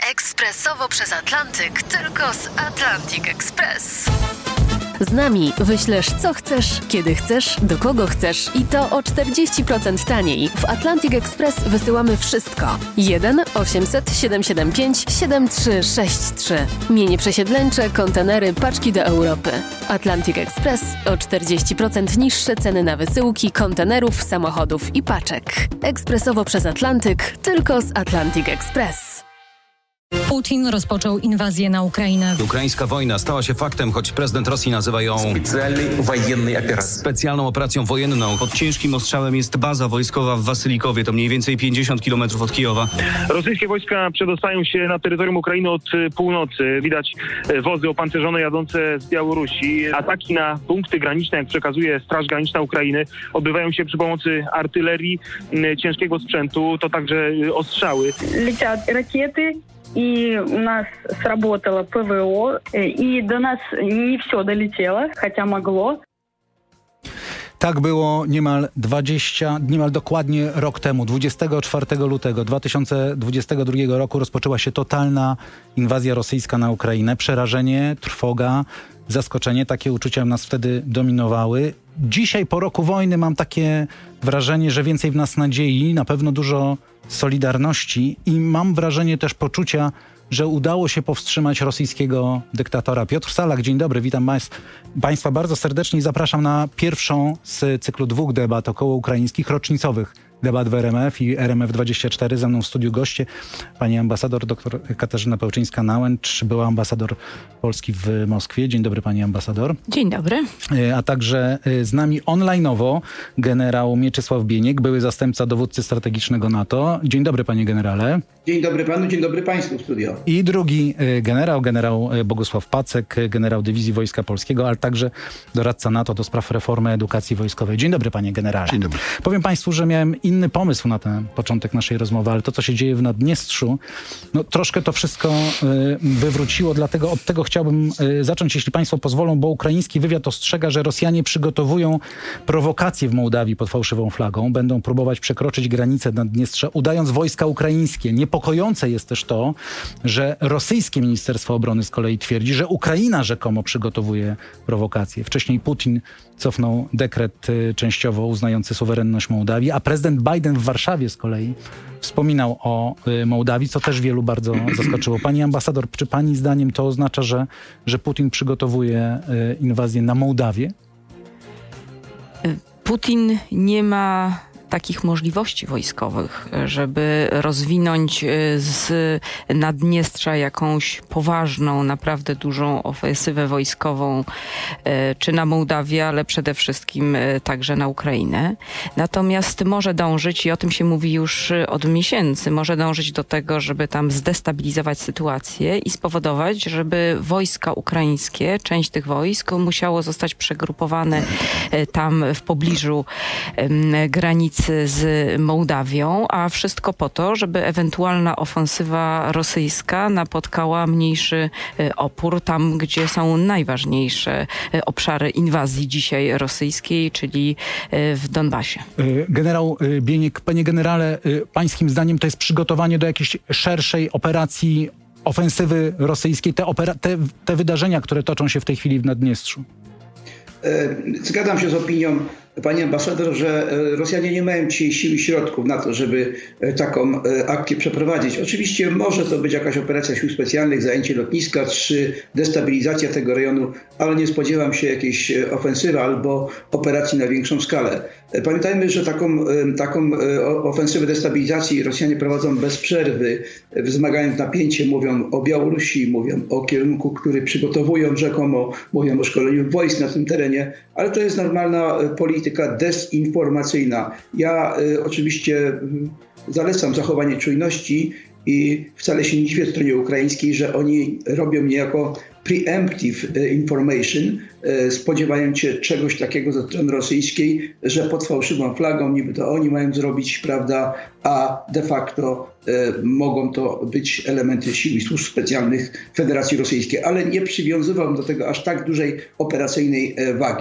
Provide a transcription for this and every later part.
Ekspresowo przez Atlantyk, tylko z Atlantic Express. Z nami wyślesz co chcesz, kiedy chcesz, do kogo chcesz i to o 40% taniej. W Atlantic Express wysyłamy wszystko. 1 800 775 7363. Mienie przesiedleńcze, kontenery, paczki do Europy. Atlantic Express o 40% niższe ceny na wysyłki, kontenerów, samochodów i paczek. Ekspresowo przez Atlantyk, tylko z Atlantic Express. Putin rozpoczął inwazję na Ukrainę. Ukraińska wojna stała się faktem, choć prezydent Rosji nazywa ją specjalną operacją wojenną. Pod ciężkim ostrzałem jest baza wojskowa w Wasylikowie, to mniej więcej 50 km od Kijowa. Rosyjskie wojska przedostają się na terytorium Ukrainy od północy. Widać wozy opancerzone jadące z Białorusi. Ataki na punkty graniczne, jak przekazuje Straż Graniczna Ukrainy, odbywają się przy pomocy artylerii, ciężkiego sprzętu, to także ostrzały. Leciały rakiety. И у нас сработало ПВО, и до нас не все долетело, хотя могло. Tak było niemal dokładnie rok temu. 24 lutego 2022 roku rozpoczęła się totalna inwazja rosyjska na Ukrainę. Przerażenie, trwoga, zaskoczenie, takie uczucia nas wtedy dominowały. Dzisiaj po roku wojny mam takie wrażenie, że więcej w nas nadziei, na pewno dużo solidarności i mam wrażenie też poczucia, że udało się powstrzymać rosyjskiego dyktatora. Piotr Salak, dzień dobry, witam Państwa bardzo serdecznie i zapraszam na pierwszą z cyklu 2 debat okołoukraińskich, rocznicowych debat w RMF i RMF24. Ze mną w studiu goście pani ambasador dr Katarzyna Pełczyńska-Nałęcz, była ambasador Polski w Moskwie. Dzień dobry pani ambasador. Dzień dobry. A także z nami online'owo generał Mieczysław Bieniek, były zastępca dowódcy strategicznego NATO. Dzień dobry panie generale. Dzień dobry panu, dzień dobry państwu w studio. I drugi generał Bogusław Pacek, generał Dywizji Wojska Polskiego, ale także doradca NATO do spraw reformy edukacji wojskowej. Dzień dobry panie generale. Dzień dobry. Powiem państwu, że miałem inny pomysł na ten początek naszej rozmowy, ale to, co się dzieje w Naddniestrzu, no troszkę to wszystko wywróciło, dlatego od tego chciałbym zacząć, jeśli państwo pozwolą, bo ukraiński wywiad ostrzega, że Rosjanie przygotowują prowokacje w Mołdawii pod fałszywą flagą. Będą próbować przekroczyć granicę Naddniestrza, udając wojska ukraińskie. Niepokojące jest też to, że rosyjskie Ministerstwo Obrony z kolei twierdzi, że Ukraina rzekomo przygotowuje prowokacje. Wcześniej Putin cofnął dekret częściowo uznający suwerenność Mołdawii, a prezydent Biden w Warszawie z kolei wspominał o Mołdawii, co też wielu bardzo zaskoczyło. Pani ambasador, czy pani zdaniem to oznacza, że Putin przygotowuje inwazję na Mołdawię? Putin nie ma takich możliwości wojskowych, żeby rozwinąć z Naddniestrza jakąś poważną, naprawdę dużą ofensywę wojskową, czy na Mołdawię, ale przede wszystkim także na Ukrainę. Natomiast może dążyć, i o tym się mówi już od miesięcy, może dążyć do tego, żeby tam zdestabilizować sytuację i spowodować, żeby wojska ukraińskie, część tych wojsk musiało zostać przegrupowane tam w pobliżu granicy z Mołdawią, a wszystko po to, żeby ewentualna ofensywa rosyjska napotkała mniejszy opór tam, gdzie są najważniejsze obszary inwazji dzisiaj rosyjskiej, czyli w Donbasie. Generał Bieniek, panie generale, pańskim zdaniem to jest przygotowanie do jakiejś szerszej operacji, ofensywy rosyjskiej, te wydarzenia, które toczą się w tej chwili w Naddniestrzu? Zgadzam się z opinią pani ambasador, że Rosjanie nie mają dzisiaj sił i środków na to, żeby taką akcję przeprowadzić. Oczywiście może to być jakaś operacja sił specjalnych, zajęcie lotniska czy destabilizacja tego rejonu, ale nie spodziewam się jakiejś ofensywy albo operacji na większą skalę. Pamiętajmy, że taką ofensywę destabilizacji Rosjanie prowadzą bez przerwy, wzmagając napięcie, mówią o Białorusi, mówią o kierunku, który przygotowują rzekomo, mówią o szkoleniu wojsk na tym terenie, ale to jest normalna polityka dezinformacyjna. Ja oczywiście zalecam zachowanie czujności i wcale się nie dziwię stronie ukraińskiej, że oni robią niejako preemptive information, spodziewając się czegoś takiego ze strony rosyjskiej, że pod fałszywą flagą niby to oni mają zrobić, prawda, a de facto mogą to być elementy sił i służb specjalnych Federacji Rosyjskiej, ale nie przywiązywałbym do tego aż tak dużej operacyjnej wagi.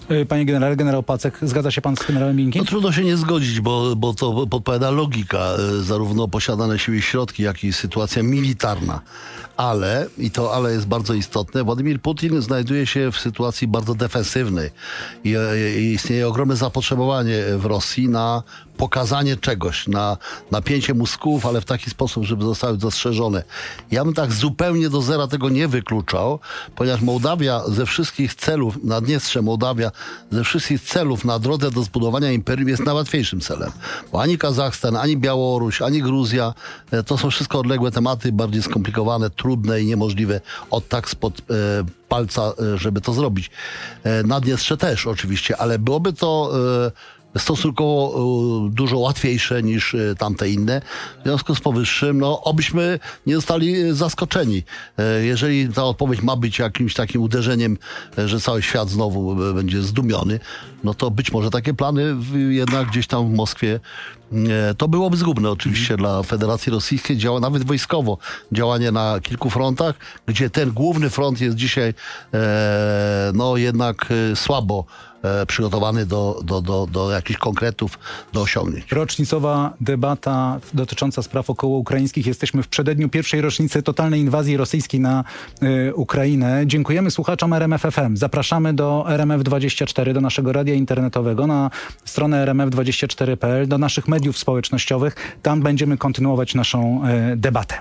Panie generale, generał Pacek, zgadza się pan z generałem Minkiem? No trudno się nie zgodzić, bo to podpowiada logika, zarówno posiadane siły i środki, jak i sytuacja militarna. Ale, i to ale jest bardzo istotne, Władimir Putin znajduje się w sytuacji bardzo defensywnej i istnieje ogromne zapotrzebowanie w Rosji na pokazanie czegoś, na napięcie mózgów, ale w taki sposób, żeby zostały dostrzeżone. Ja bym tak zupełnie do zera tego nie wykluczał, ponieważ Mołdawia ze wszystkich celów, Naddniestrze, Mołdawia ze wszystkich celów na drodze do zbudowania imperium jest najłatwiejszym celem. Bo ani Kazachstan, ani Białoruś, ani Gruzja, to są wszystko odległe tematy, bardziej skomplikowane, trudne i niemożliwe od tak spod palca, żeby to zrobić. Naddniestrze też oczywiście, ale byłoby to stosunkowo dużo łatwiejsze niż tamte inne. W związku z powyższym, obyśmy nie zostali zaskoczeni. Jeżeli ta odpowiedź ma być jakimś takim uderzeniem, że cały świat znowu będzie zdumiony, no to być może takie plany jednak gdzieś tam w Moskwie to byłoby zgubne oczywiście dla Federacji Rosyjskiej, nawet wojskowo, działanie na kilku frontach, gdzie ten główny front jest dzisiaj jednak słabo przygotowany do jakichś konkretów, do osiągnięć. Rocznicowa debata dotycząca spraw okołoukraińskich. Jesteśmy w przededniu pierwszej rocznicy totalnej inwazji rosyjskiej na Ukrainę. Dziękujemy słuchaczom RMF FM. Zapraszamy do RMF24, do naszego radia internetowego, na stronę rmf24.pl, do naszych mediów społecznościowych. Tam będziemy kontynuować naszą debatę.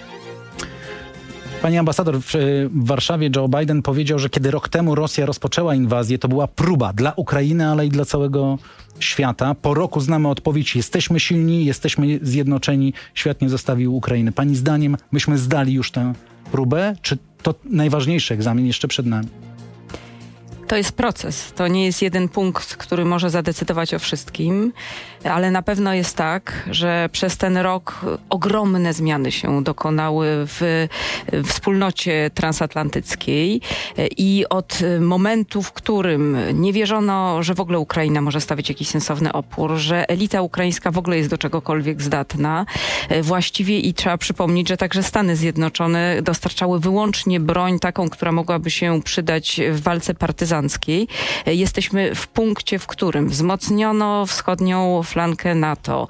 Pani ambasador, w Warszawie Joe Biden powiedział, że kiedy rok temu Rosja rozpoczęła inwazję, to była próba dla Ukrainy, ale i dla całego świata. Po roku znamy odpowiedź: jesteśmy silni, jesteśmy zjednoczeni, świat nie zostawił Ukrainy. Pani zdaniem myśmy zdali już tę próbę, czy to najważniejszy egzamin jeszcze przed nami? To jest proces. To nie jest jeden punkt, który może zadecydować o wszystkim, ale na pewno jest tak, że przez ten rok ogromne zmiany się dokonały w wspólnocie transatlantyckiej i od momentu, w którym nie wierzono, że w ogóle Ukraina może stawić jakiś sensowny opór, że elita ukraińska w ogóle jest do czegokolwiek zdatna, właściwie i trzeba przypomnieć, że także Stany Zjednoczone dostarczały wyłącznie broń taką, która mogłaby się przydać w walce partyzanckiej. Jesteśmy w punkcie, w którym wzmocniono wschodnią flankę NATO,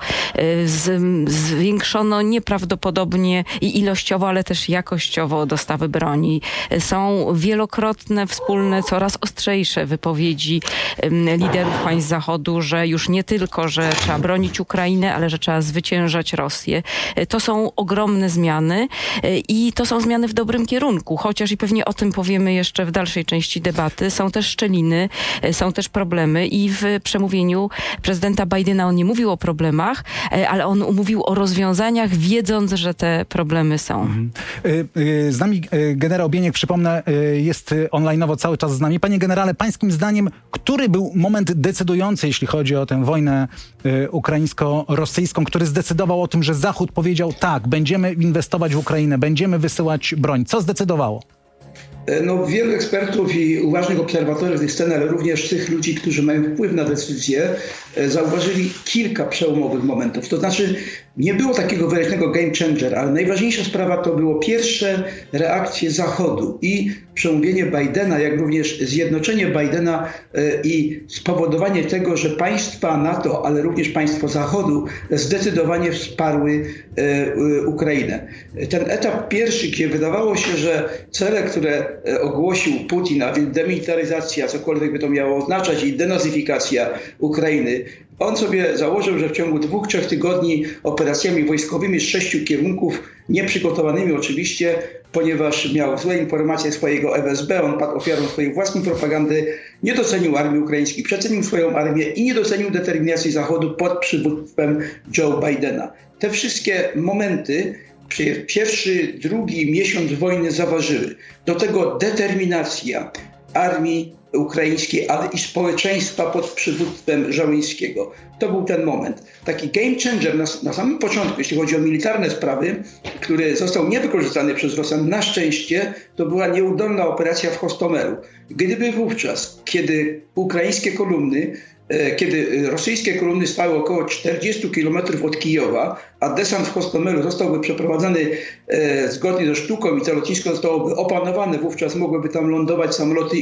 zwiększono nieprawdopodobnie i ilościowo, ale też jakościowo dostawy broni. Są wielokrotne, wspólne, coraz ostrzejsze wypowiedzi liderów państw Zachodu, że już nie tylko, że trzeba bronić Ukrainę, ale że trzeba zwyciężać Rosję. To są ogromne zmiany i to są zmiany w dobrym kierunku, chociaż i pewnie o tym powiemy jeszcze w dalszej części debaty. Są też szczeliny, są też problemy i w przemówieniu prezydenta Bidena on nie mówił o problemach, ale on mówił o rozwiązaniach, wiedząc, że te problemy są. Z nami generał Bieniek, przypomnę, jest online'owo cały czas z nami. Panie generale, pańskim zdaniem, który był moment decydujący, jeśli chodzi o tę wojnę ukraińsko-rosyjską, który zdecydował o tym, że Zachód powiedział: tak, będziemy inwestować w Ukrainę, będziemy wysyłać broń. Co zdecydowało? Wielu ekspertów i uważnych obserwatorów tych scen, ale również tych ludzi, którzy mają wpływ na decyzje, zauważyli kilka przełomowych momentów. To znaczy, nie było takiego wyraźnego game changer, ale najważniejsza sprawa to było pierwsze reakcje Zachodu i przemówienie Bidena, jak również zjednoczenie Bidena i spowodowanie tego, że państwa NATO, ale również państwo Zachodu zdecydowanie wsparły Ukrainę. Ten etap pierwszy, gdzie wydawało się, że cele, które ogłosił Putin, a więc demilitaryzacja, cokolwiek by to miało oznaczać, i denazyfikacja Ukrainy, on sobie założył, że w ciągu 2-3 tygodni operacjami wojskowymi z 6 kierunków, nieprzygotowanymi oczywiście, ponieważ miał złe informacje swojego FSB, on padł ofiarą swojej własnej propagandy, nie docenił armii ukraińskiej, przecenił swoją armię i nie docenił determinacji Zachodu pod przywództwem Joe Bidena. Te wszystkie momenty pierwszy, drugi miesiąc wojny zaważyły. Do tego determinacja armii ukraińskiej, ale i społeczeństwa pod przywództwem Żałęskiego. To był ten moment. Taki game changer na samym początku, jeśli chodzi o militarne sprawy, który został niewykorzystany przez Rosjan, na szczęście, to była nieudolna operacja w Hostomeru. Gdyby wówczas, kiedy ukraińskie kolumny kiedy rosyjskie kolumny stały około 40 km od Kijowa, a desant w Hostomelu zostałby przeprowadzony zgodnie ze sztuką i to lotnisko zostałoby opanowane, wówczas mogłyby tam lądować samoloty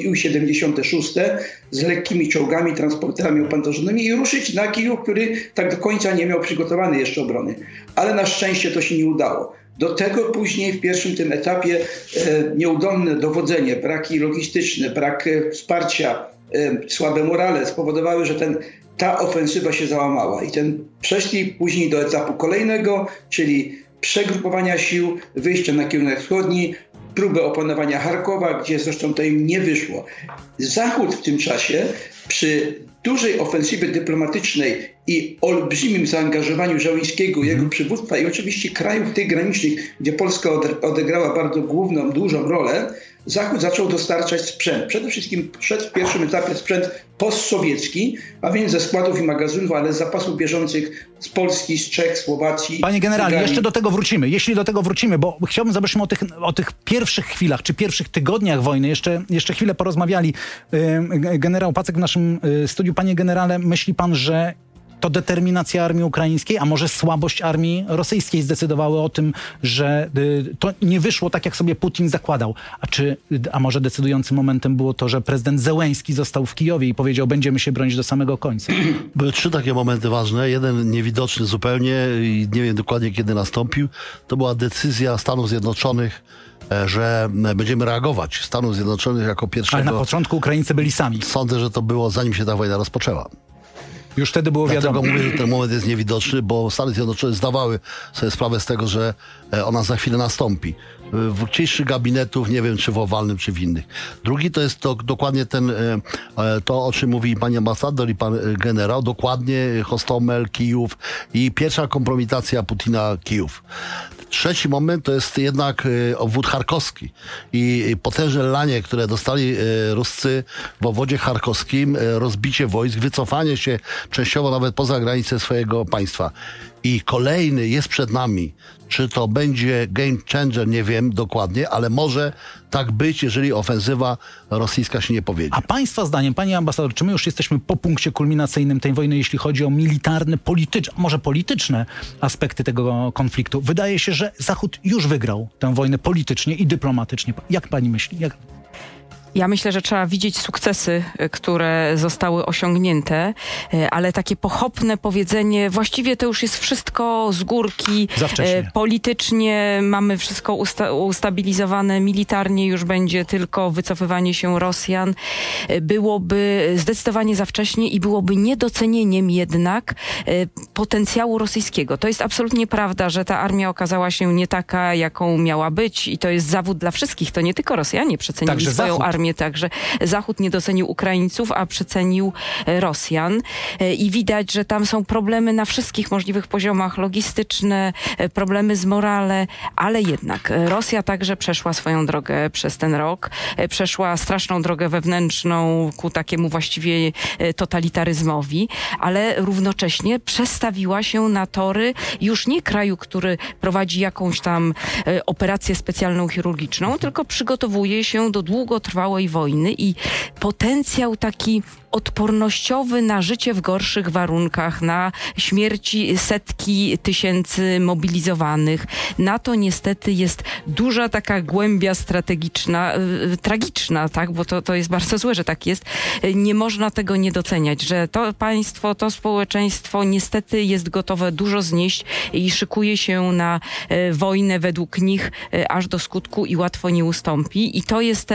Ił-76 z lekkimi czołgami, transporterami opancerzonymi i ruszyć na Kijów, który tak do końca nie miał przygotowanej jeszcze obrony. Ale na szczęście to się nie udało. Do tego później w pierwszym tym etapie nieudolne dowodzenie, braki logistyczne, brak wsparcia, słabe morale spowodowały, że ta ofensywa się załamała i przeszli później do etapu kolejnego, czyli przegrupowania sił, wyjścia na kierunek wschodni, próbę opanowania Charkowa, gdzie zresztą to im nie wyszło. Zachód w tym czasie przy dużej ofensywie dyplomatycznej i olbrzymim zaangażowaniu Żeleńskiego, jego przywództwa i oczywiście krajów tych granicznych, gdzie Polska odegrała bardzo główną, dużą rolę, Zachód zaczął dostarczać sprzęt. Przede wszystkim w pierwszym etapie sprzęt postsowiecki, a więc ze składów i magazynów, ale z zapasów bieżących z Polski, z Czech, Słowacji. Panie generale, jeszcze do tego wrócimy. Jeśli do tego wrócimy, bo chciałbym, żebyśmy o tych pierwszych chwilach, czy pierwszych tygodniach wojny jeszcze chwilę porozmawiali. Generał Pacek w naszym studiu. Panie generale, myśli pan, że to determinacja armii ukraińskiej, a może słabość armii rosyjskiej zdecydowały o tym, że to nie wyszło tak, jak sobie Putin zakładał. A może decydującym momentem było to, że prezydent Zełenski został w Kijowie i powiedział, będziemy się bronić do samego końca? Były 3 takie momenty ważne. Jeden niewidoczny zupełnie i nie wiem dokładnie, kiedy nastąpił. To była decyzja Stanów Zjednoczonych, że będziemy reagować. Stanów Zjednoczonych jako pierwszego... Ale na początku Ukraińcy byli sami. Sądzę, że to było zanim się ta wojna rozpoczęła. Już wtedy było wiadomo. Dlatego mówię, że ten moment jest niewidoczny, bo Stany Zjednoczone zdawały sobie sprawę z tego, że ona za chwilę nastąpi. W ciszy gabinetów, nie wiem czy w owalnym, czy w innych. Drugi to jest dokładnie to, o czym mówi pani ambasador i pan generał, dokładnie Hostomel, Kijów i pierwsza kompromitacja Putina Kijów. Trzeci moment to jest jednak obwód charkowski i potężne lanie, które dostali Ruscy w obwodzie charkowskim, rozbicie wojsk, wycofanie się częściowo nawet poza granice swojego państwa. I kolejny jest przed nami. Czy to będzie game changer, nie wiem dokładnie, ale może tak być, jeżeli ofensywa rosyjska się nie powiedzie. A państwa zdaniem, panie ambasador, czy my już jesteśmy po punkcie kulminacyjnym tej wojny, jeśli chodzi o militarne, może polityczne aspekty tego konfliktu? Wydaje się, że Zachód już wygrał tę wojnę politycznie i dyplomatycznie. Jak pani myśli? Ja myślę, że trzeba widzieć sukcesy, które zostały osiągnięte, ale takie pochopne powiedzenie, właściwie to już jest wszystko z górki. Za wcześnie. Politycznie mamy wszystko ustabilizowane, militarnie już będzie tylko wycofywanie się Rosjan. Byłoby zdecydowanie za wcześnie i byłoby niedocenieniem jednak potencjału rosyjskiego. To jest absolutnie prawda, że ta armia okazała się nie taka, jaką miała być i to jest zawód dla wszystkich. To nie tylko Rosjanie przecenili Także swoją Zachód. armię. Także Zachód nie docenił Ukraińców, a przecenił Rosjan. I widać, że tam są problemy na wszystkich możliwych poziomach, logistyczne, problemy z morale, ale jednak Rosja także przeszła swoją drogę przez ten rok. Przeszła straszną drogę wewnętrzną ku takiemu właściwie totalitaryzmowi, ale równocześnie przestawiła się na tory już nie kraju, który prowadzi jakąś tam operację specjalną chirurgiczną, tylko przygotowuje się do długotrwałej wojny i potencjał taki odpornościowy na życie w gorszych warunkach, na śmierci setki tysięcy mobilizowanych. Na to niestety jest duża taka głębia strategiczna, tragiczna, tak? Bo to jest bardzo złe, że tak jest. Nie można tego nie doceniać, że to państwo, to społeczeństwo niestety jest gotowe dużo znieść i szykuje się na wojnę według nich aż do skutku i łatwo nie ustąpi. I to jest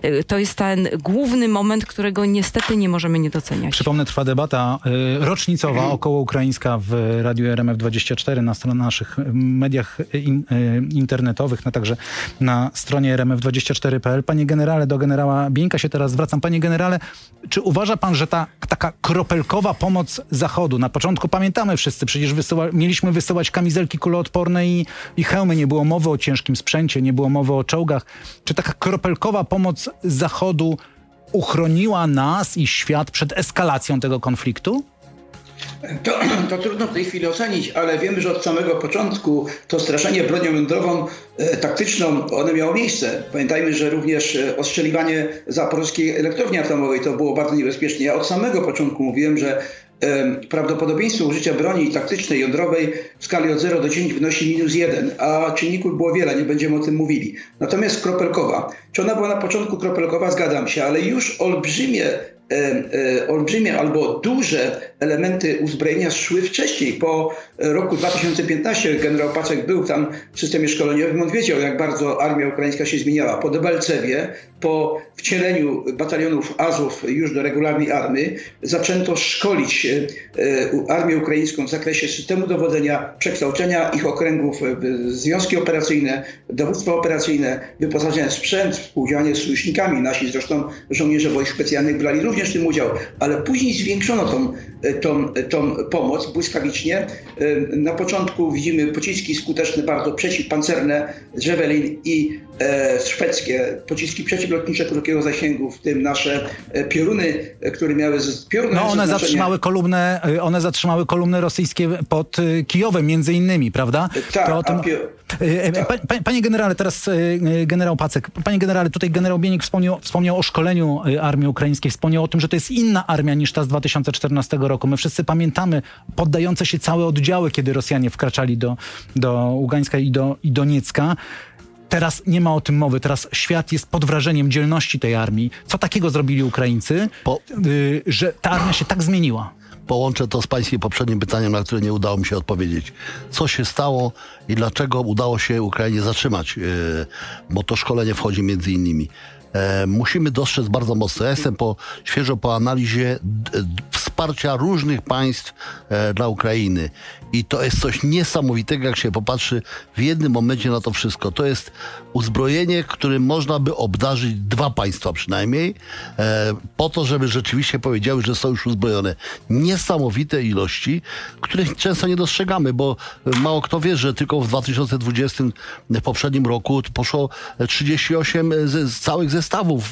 ten główny moment, którego niestety nie możemy nie doceniać. Przypomnę, trwa debata rocznicowa okołoukraińska w Radiu RMF24, na naszych mediach internetowych, także na stronie rmf24.pl. Panie generale, do generała Bieńka się teraz zwracam. Panie generale, czy uważa pan, że ta taka kropelkowa pomoc Zachodu, na początku pamiętamy wszyscy, przecież mieliśmy wysyłać kamizelki kuloodporne i hełmy, nie było mowy o ciężkim sprzęcie, nie było mowy o czołgach. Czy taka kropelkowa pomoc Zachodu uchroniła nas i świat przed eskalacją tego konfliktu? To trudno w tej chwili ocenić, ale wiemy, że od samego początku to straszenie bronią jądrową taktyczną, one miało miejsce. Pamiętajmy, że również ostrzeliwanie Zaporożskiej elektrowni atomowej to było bardzo niebezpieczne. Ja od samego początku mówiłem, że prawdopodobieństwo użycia broni taktycznej jądrowej w skali od 0 do 10 wynosi -1, a czynników było wiele, nie będziemy o tym mówili. Natomiast kropelkowa, czy ona była na początku kropelkowa, zgadzam się, ale już olbrzymie albo duże elementy uzbrojenia szły wcześniej. Po roku 2015 generał Pacek był tam w systemie szkoleniowym. On wiedział, jak bardzo armia ukraińska się zmieniała. Po Debalcewie, po wcieleniu batalionów Azów już do regularnej armii, zaczęto szkolić armię ukraińską w zakresie systemu dowodzenia, przekształcenia ich okręgów w związki operacyjne, dowództwo operacyjne, wyposażenia w sprzęt, współdziałanie z sojusznikami. Nasi zresztą żołnierze wojsk specjalnych brali również w tym udział, ale później zwiększono tą pomoc błyskawicznie. Na początku widzimy pociski skuteczne, bardzo przeciwpancerne, Javelin i szwedzkie pociski przeciwlotnicze krótkiego zasięgu, w tym nasze pioruny, które miały one zatrzymały kolumny rosyjskie pod Kijowem między innymi, prawda? Tak. Panie generale, teraz generał Pacek. Panie generale, tutaj generał Bienik wspomniał o szkoleniu armii ukraińskiej, wspomniał o tym, że to jest inna armia niż ta z 2014 roku. My wszyscy pamiętamy poddające się całe oddziały, kiedy Rosjanie wkraczali do Ługańska i Doniecka. Teraz nie ma o tym mowy. Teraz świat jest pod wrażeniem dzielności tej armii. Co takiego zrobili Ukraińcy, że ta armia się tak zmieniła? Połączę to z pańskim poprzednim pytaniem, na które nie udało mi się odpowiedzieć. Co się stało i dlaczego udało się Ukrainie zatrzymać? Bo to szkolenie wchodzi między innymi. Musimy dostrzec bardzo mocno. Ja jestem świeżo po analizie wsparcia różnych państw dla Ukrainy. I to jest coś niesamowitego, jak się popatrzy w jednym momencie na to wszystko. To jest uzbrojenie, którym można by obdarzyć 2 państwa przynajmniej, po to, żeby rzeczywiście powiedziały, że są już uzbrojone. Niesamowite ilości, których często nie dostrzegamy, bo mało kto wie, że tylko w 2020, w poprzednim roku poszło 38 z całych zestawów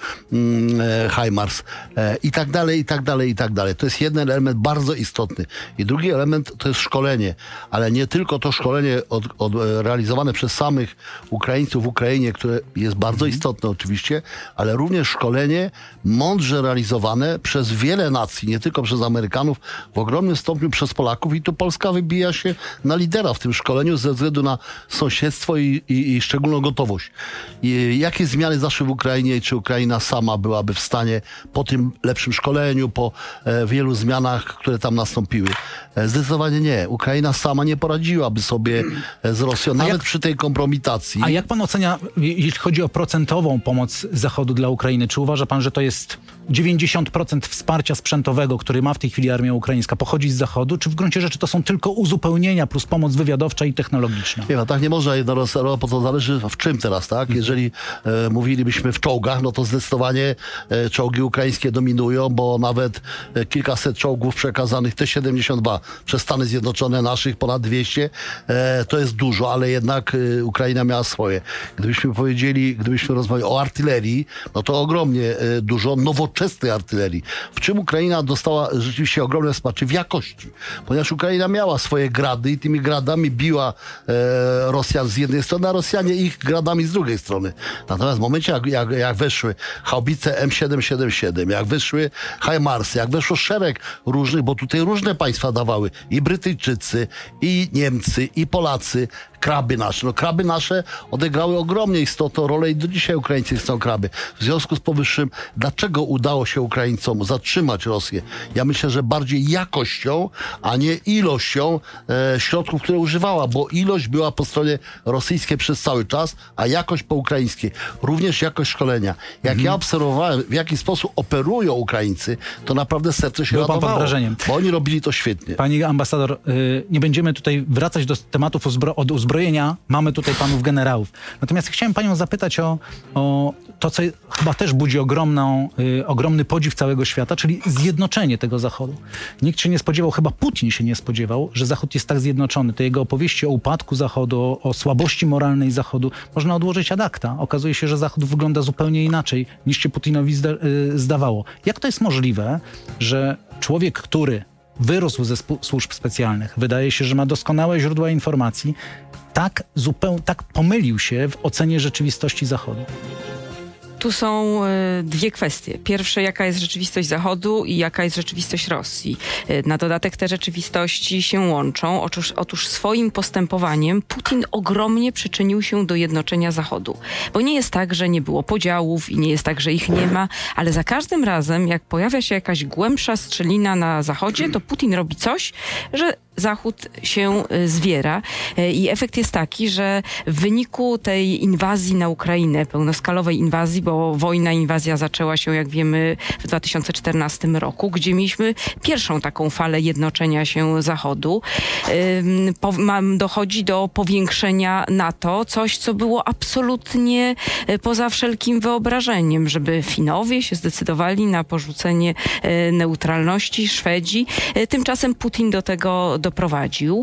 HIMARS i tak dalej, i tak dalej, i tak dalej. To jest jeden element bardzo istotny. I drugi element to jest szkolenie, ale nie tylko to szkolenie realizowane przez samych Ukraińców w Ukrainie, które jest bardzo istotne oczywiście, ale również szkolenie mądrze realizowane przez wiele nacji, nie tylko przez Amerykanów, w ogromnym stopniu przez Polaków i tu Polska wybija się na lidera w tym szkoleniu ze względu na sąsiedztwo i szczególną gotowość. I jakie zmiany zaszły w Ukrainie i czy Ukraina sama byłaby w stanie po tym lepszym szkoleniu, po wielu zmianach, które tam nastąpiły? Zdecydowanie nie. Ukraina sama nie poradziłaby sobie z Rosją, nawet przy tej kompromitacji. A jak pan ocenia, jeśli chodzi o procentową pomoc Zachodu dla Ukrainy, czy uważa pan, że to jest 90% wsparcia sprzętowego, który ma w tej chwili armia ukraińska, pochodzi z Zachodu, czy w gruncie rzeczy to są tylko uzupełnienia plus pomoc wywiadowcza i technologiczna? Nie, no tak nie można jednorazowo, bo to zależy w czym teraz, tak? Jeżeli mówilibyśmy w czołgach, no to zdecydowanie czołgi ukraińskie dominują, bo nawet kilkaset czołgów przekazanych, T-72 przez Stany Zjednoczone, naszych ponad 200, to jest dużo, ale jednak Ukraina miała swoje. Gdybyśmy rozmawiali o artylerii, no to ogromnie dużo nowoczesnej artylerii. W czym Ukraina dostała rzeczywiście ogromne wsparcie? W jakości. Ponieważ Ukraina miała swoje grady i tymi gradami biła Rosjan z jednej strony, a Rosjanie ich gradami z drugiej strony. Natomiast w momencie, jak weszły haubice M777, jak wyszły HIMARSy, jak weszło szereg różnych, bo tutaj różne państwa dawały, i Brytyjczycy, i Niemcy, i Polacy, kraby nasze. No kraby nasze odegrały ogromnie istotną rolę i do dzisiaj Ukraińcy chcą kraby. W związku z powyższym, dlaczego udało się Ukraińcom zatrzymać Rosję? Ja myślę, że bardziej jakością, a nie ilością środków, które używała, bo ilość była po stronie rosyjskiej przez cały czas, a jakość po ukraińskiej. Również jakość szkolenia. Jak ja obserwowałem, w jaki sposób operują Ukraińcy, to naprawdę serce się radowało. Pod wrażeniem. Bo oni robili to świetnie. Pani ambasador, nie będziemy tutaj wracać do tematów od uzbrojenia. Mamy tutaj panów generałów. Natomiast chciałem panią zapytać o to, co chyba też budzi ogromny podziw całego świata, czyli zjednoczenie tego Zachodu. Nikt się nie spodziewał, chyba Putin się nie spodziewał, że Zachód jest tak zjednoczony. Te jego opowieści o upadku Zachodu, o słabości moralnej Zachodu można odłożyć ad acta. Okazuje się, że Zachód wygląda zupełnie inaczej, niż się Putinowi zdawało. Jak to jest możliwe, że człowiek, który wyrósł ze służb specjalnych. Wydaje się, że ma doskonałe źródła informacji. Tak pomylił się w ocenie rzeczywistości Zachodu. Tu są dwie kwestie. Pierwsze, jaka jest rzeczywistość Zachodu i jaka jest rzeczywistość Rosji. Na dodatek te rzeczywistości się łączą. Otóż swoim postępowaniem Putin ogromnie przyczynił się do jednoczenia Zachodu. Bo nie jest tak, że nie było podziałów i nie jest tak, że ich nie ma, ale za każdym razem, jak pojawia się jakaś głębsza strzelina na Zachodzie, to Putin robi coś, że Zachód się zwiera i efekt jest taki, że w wyniku tej inwazji na Ukrainę, pełnoskalowej inwazji, bo inwazja zaczęła się, jak wiemy, w 2014 roku, gdzie mieliśmy pierwszą taką falę jednoczenia się Zachodu. Dochodzi do powiększenia NATO, coś, co było absolutnie poza wszelkim wyobrażeniem, żeby Finowie się zdecydowali na porzucenie neutralności, Szwedzi. Tymczasem Putin do tego doprowadził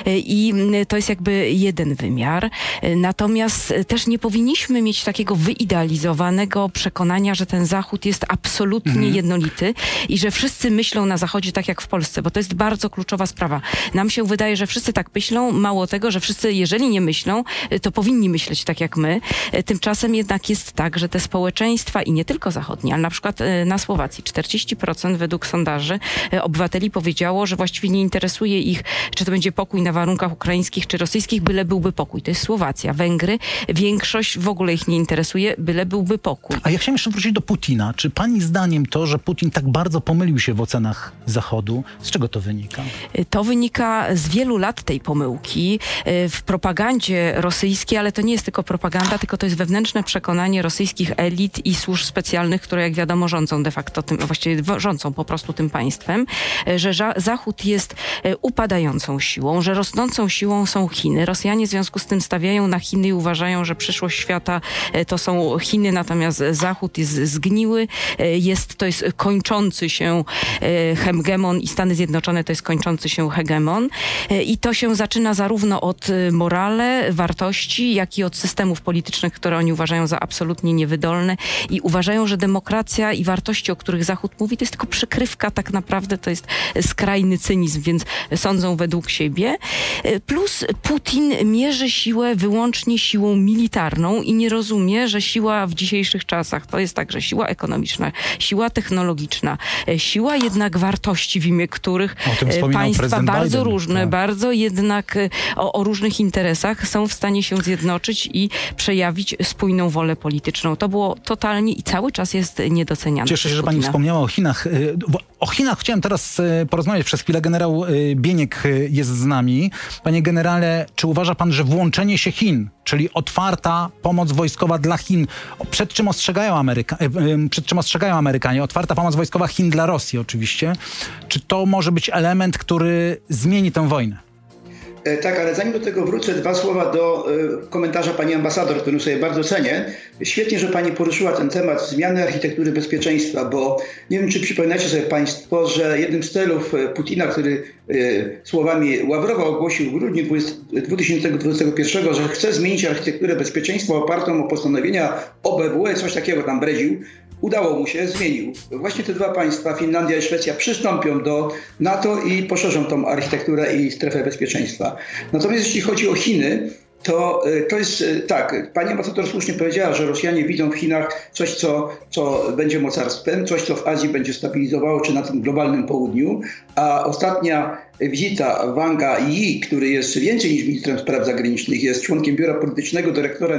i to jest jakby jeden wymiar. Natomiast też nie powinniśmy mieć takiego wyidealizowanego przekonania, że ten Zachód jest absolutnie jednolity i że wszyscy myślą na Zachodzie tak jak w Polsce, bo to jest bardzo kluczowa sprawa. Nam się wydaje, że wszyscy tak myślą, mało tego, że wszyscy, jeżeli nie myślą, to powinni myśleć tak jak my. Tymczasem jednak jest tak, że te społeczeństwa i nie tylko zachodnie, ale na przykład na Słowacji 40% według sondaży obywateli powiedziało, że właściwie nie interesuje ich, czy to będzie pokój na warunkach ukraińskich czy rosyjskich, byle byłby pokój. To jest Słowacja. Węgry, większość w ogóle ich nie interesuje, byle byłby pokój. A ja chciałem jeszcze wrócić do Putina. Czy pani zdaniem to, że Putin tak bardzo pomylił się w ocenach Zachodu, z czego to wynika? To wynika z wielu lat tej pomyłki w propagandzie rosyjskiej, ale to nie jest tylko propaganda, tylko to jest wewnętrzne przekonanie rosyjskich elit i służb specjalnych, które jak wiadomo rządzą de facto tym, właściwie rządzą po prostu tym państwem, że Zachód jest upadającą siłą, że rosnącą siłą są Chiny. Rosjanie w związku z tym stawiają na Chiny i uważają, że przyszłość świata to są Chiny, natomiast Zachód jest zgniły, to jest kończący się hegemon i Stany Zjednoczone to jest kończący się hegemon. I to się zaczyna zarówno od morale, wartości, jak i od systemów politycznych, które oni uważają za absolutnie niewydolne i uważają, że demokracja i wartości, o których Zachód mówi, to jest tylko przykrywka, tak naprawdę to jest skrajny cynizm, więc sądzą według siebie. Plus Putin mierzy siłę wyłącznie siłą militarną i nie rozumie, że siła w dzisiejszych czasach to jest także siła ekonomiczna, siła technologiczna, siła jednak wartości, w imię których państwa bardzo różne, bardzo jednak o różnych interesach są w stanie się zjednoczyć i przejawić spójną wolę polityczną. To było totalnie i cały czas jest niedoceniane. Cieszę się, że pani wspomniała o Chinach. O Chinach chciałem teraz porozmawiać przez chwilę. Generał Bieniek jest z nami. Panie generale, czy uważa pan, że włączenie się Chin, czyli otwarta pomoc wojskowa dla Chin, przed czym ostrzegają Amerykanie, otwarta pomoc wojskowa Chin dla Rosji oczywiście, czy to może być element, który zmieni tę wojnę? Tak, ale zanim do tego wrócę, dwa słowa do komentarza pani ambasador, który sobie bardzo cenię. Świetnie, że pani poruszyła ten temat zmiany architektury bezpieczeństwa, bo nie wiem, czy przypominacie sobie państwo, że jednym z celów Putina, który słowami Ławrowa ogłosił w grudniu 2021, że chce zmienić architekturę bezpieczeństwa opartą o postanowienia OBWE, coś takiego tam bredził, udało mu się, zmienił. Właśnie te dwa państwa, Finlandia i Szwecja, przystąpią do NATO i poszerzą tą architekturę i strefę bezpieczeństwa. Natomiast jeśli chodzi o Chiny, to jest tak, pani ambasador słusznie powiedziała, że Rosjanie widzą w Chinach coś, co będzie mocarstwem, coś, co w Azji będzie stabilizowało, czy na tym globalnym południu, a ostatnia wizyta Wanga Yi, który jest więcej niż ministrem spraw zagranicznych, jest członkiem biura politycznego, dyrektorem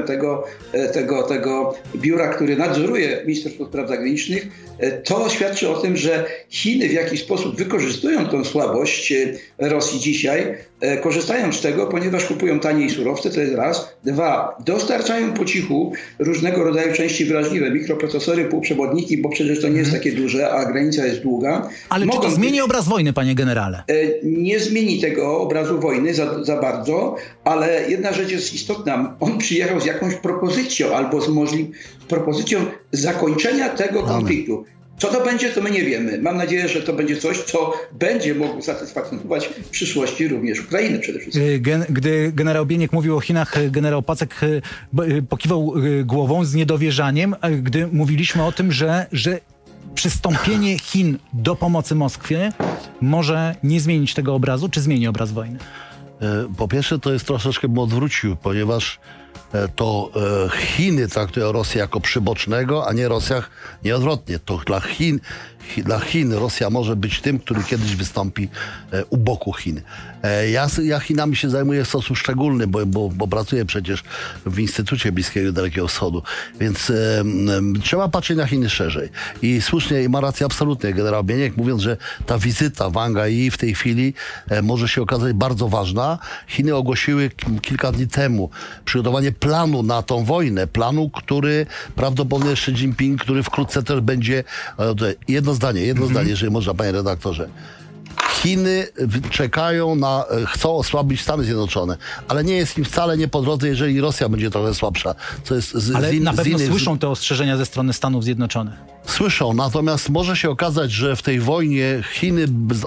tego biura, który nadzoruje Ministerstwo Spraw Zagranicznych, to świadczy o tym, że Chiny w jakiś sposób wykorzystują tą słabość Rosji dzisiaj, korzystają z tego, ponieważ kupują taniej surowce, to jest raz. Dwa, dostarczają po cichu różnego rodzaju części wrażliwe, mikroprocesory, półprzewodniki, bo przecież to nie jest takie duże, a granica jest długa. Ale czy to zmieni obraz wojny, panie generale? Nie zmieni tego obrazu wojny za bardzo, ale jedna rzecz jest istotna. On przyjechał z jakąś propozycją albo z propozycją zakończenia tego konfliktu. Co to będzie, to my nie wiemy. Mam nadzieję, że to będzie coś, co będzie mogło satysfakcjonować w przyszłości również Ukrainy przede wszystkim. Gdy generał Bieniek mówił o Chinach, generał Pacek pokiwał głową z niedowierzaniem, gdy mówiliśmy o tym, że przystąpienie Chin do pomocy Moskwie może nie zmienić tego obrazu, czy zmieni obraz wojny? Po pierwsze, to jest troszeczkę bym odwrócił, ponieważ to Chiny traktują Rosję jako przybocznego, a nie Rosja nie odwrotnie. To dla Chin Rosja może być tym, który kiedyś wystąpi u boku Chin. Ja Chinami się zajmuję w sposób szczególny, bo pracuję przecież w Instytucie Bliskiego i Dalekiego Wschodu, więc trzeba patrzeć na Chiny szerzej. I słusznie, i ma rację absolutnie generał Bieniek, mówiąc, że ta wizyta Wang Yi w tej chwili może się okazać bardzo ważna. Chiny ogłosiły kilka dni temu przygotowanie planu na tą wojnę. Planu, który prawdopodobnie Xi Jinping, który wkrótce też będzie... Jedno zdanie, jeżeli można, panie redaktorze. Chiny czekają chcą osłabić Stany Zjednoczone, ale nie jest im wcale nie po drodze, jeżeli Rosja będzie trochę słabsza. Co jest ale na pewno słyszą te ostrzeżenia ze strony Stanów Zjednoczonych. Słyszą, natomiast może się okazać, że w tej wojnie Chiny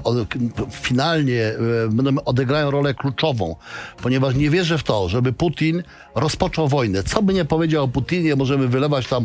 finalnie odegrają rolę kluczową, ponieważ nie wierzę w to, żeby Putin rozpoczął wojnę. Co by nie powiedział o Putinie, możemy wylewać tam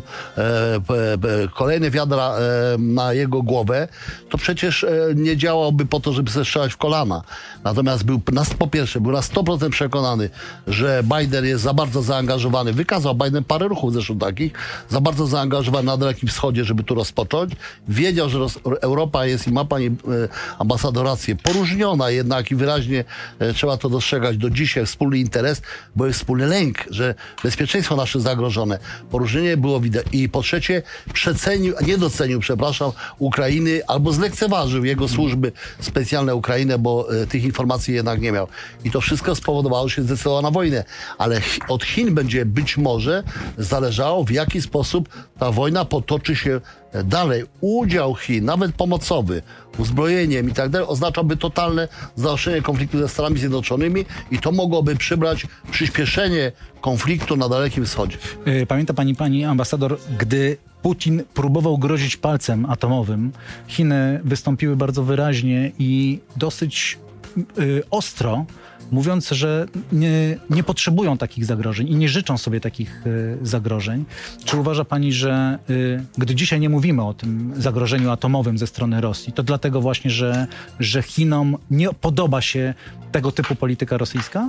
kolejne wiadra na jego głowę, to przecież nie działałby po to, żeby sobie strzelać w kolana. Natomiast po pierwsze był na 100% przekonany, że Biden jest za bardzo zaangażowany. Wykazał Biden parę ruchów zresztą takich, za bardzo zaangażowany na Dalekim Wschodzie, żeby tu rozpocząć. Wiedział, że Europa jest, i ma pani ambasador rację, poróżniona jednak i wyraźnie trzeba to dostrzegać do dzisiaj, wspólny interes, bo jest wspólny lęk, że bezpieczeństwo nasze zagrożone. Poróżnienie było widać. I po trzecie nie docenił Ukrainy, albo zlekceważył jego służby specjalne Ukrainę, bo tych informacji jednak nie miał. I to wszystko spowodowało, że się zdecydował na wojnę. Ale od Chin będzie być może zależało, w jaki sposób ta wojna potoczy się dalej. Udział Chin, nawet pomocowy, uzbrojeniem i tak dalej, oznaczałby totalne zaostrzenie konfliktu ze Stanami Zjednoczonymi i to mogłoby przyspieszenie konfliktu na Dalekim Wschodzie. Pamięta pani ambasador, gdy Putin próbował grozić palcem atomowym, Chiny wystąpiły bardzo wyraźnie i dosyć ostro, mówiąc, że nie potrzebują takich zagrożeń i nie życzą sobie takich zagrożeń. Czy uważa pani, że gdy dzisiaj nie mówimy o tym zagrożeniu atomowym ze strony Rosji, to dlatego właśnie, że Chinom nie podoba się tego typu polityka rosyjska?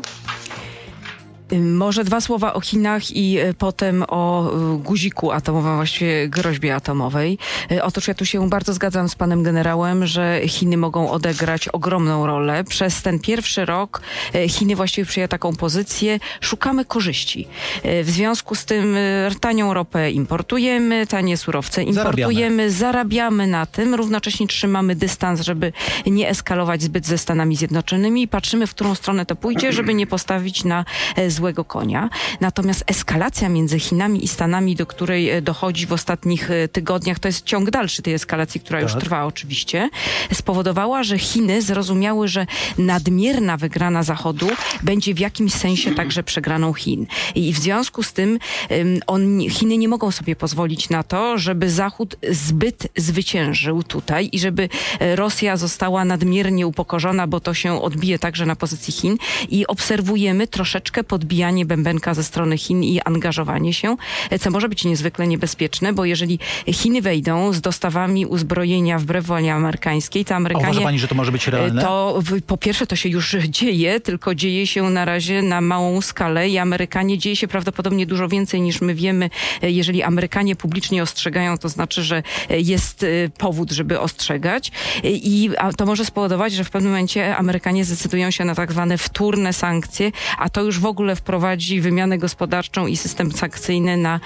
Może dwa słowa o Chinach i potem o guziku atomowym, właściwie groźbie atomowej. Otóż ja tu się bardzo zgadzam z panem generałem, że Chiny mogą odegrać ogromną rolę. Przez ten pierwszy rok Chiny właściwie przyjęły taką pozycję, szukamy korzyści. W związku z tym tanią ropę importujemy, tanie surowce importujemy, zarabiamy na tym, równocześnie trzymamy dystans, żeby nie eskalować zbyt ze Stanami Zjednoczonymi i patrzymy, w którą stronę to pójdzie, żeby nie postawić na złego konia. Natomiast eskalacja między Chinami i Stanami, do której dochodzi w ostatnich tygodniach, to jest ciąg dalszy tej eskalacji, która już trwa oczywiście, spowodowała, że Chiny zrozumiały, że nadmierna wygrana Zachodu będzie w jakimś sensie także przegraną Chin. I w związku z tym Chiny nie mogą sobie pozwolić na to, żeby Zachód zbyt zwyciężył tutaj i żeby Rosja została nadmiernie upokorzona, bo to się odbije także na pozycji Chin i obserwujemy troszeczkę podbijanie bębenka ze strony Chin i angażowanie się, co może być niezwykle niebezpieczne, bo jeżeli Chiny wejdą z dostawami uzbrojenia wbrew woli amerykańskiej, to Amerykanie... A uważa pani, że to może być realne? To po pierwsze to się już dzieje, tylko dzieje się na razie na małą skalę i Amerykanie dzieje się prawdopodobnie dużo więcej niż my wiemy. Jeżeli Amerykanie publicznie ostrzegają, to znaczy, że jest powód, żeby ostrzegać i to może spowodować, że w pewnym momencie Amerykanie zdecydują się na tak zwane wtórne sankcje, a to już w ogóle wprowadzi wymianę gospodarczą i system sankcyjny na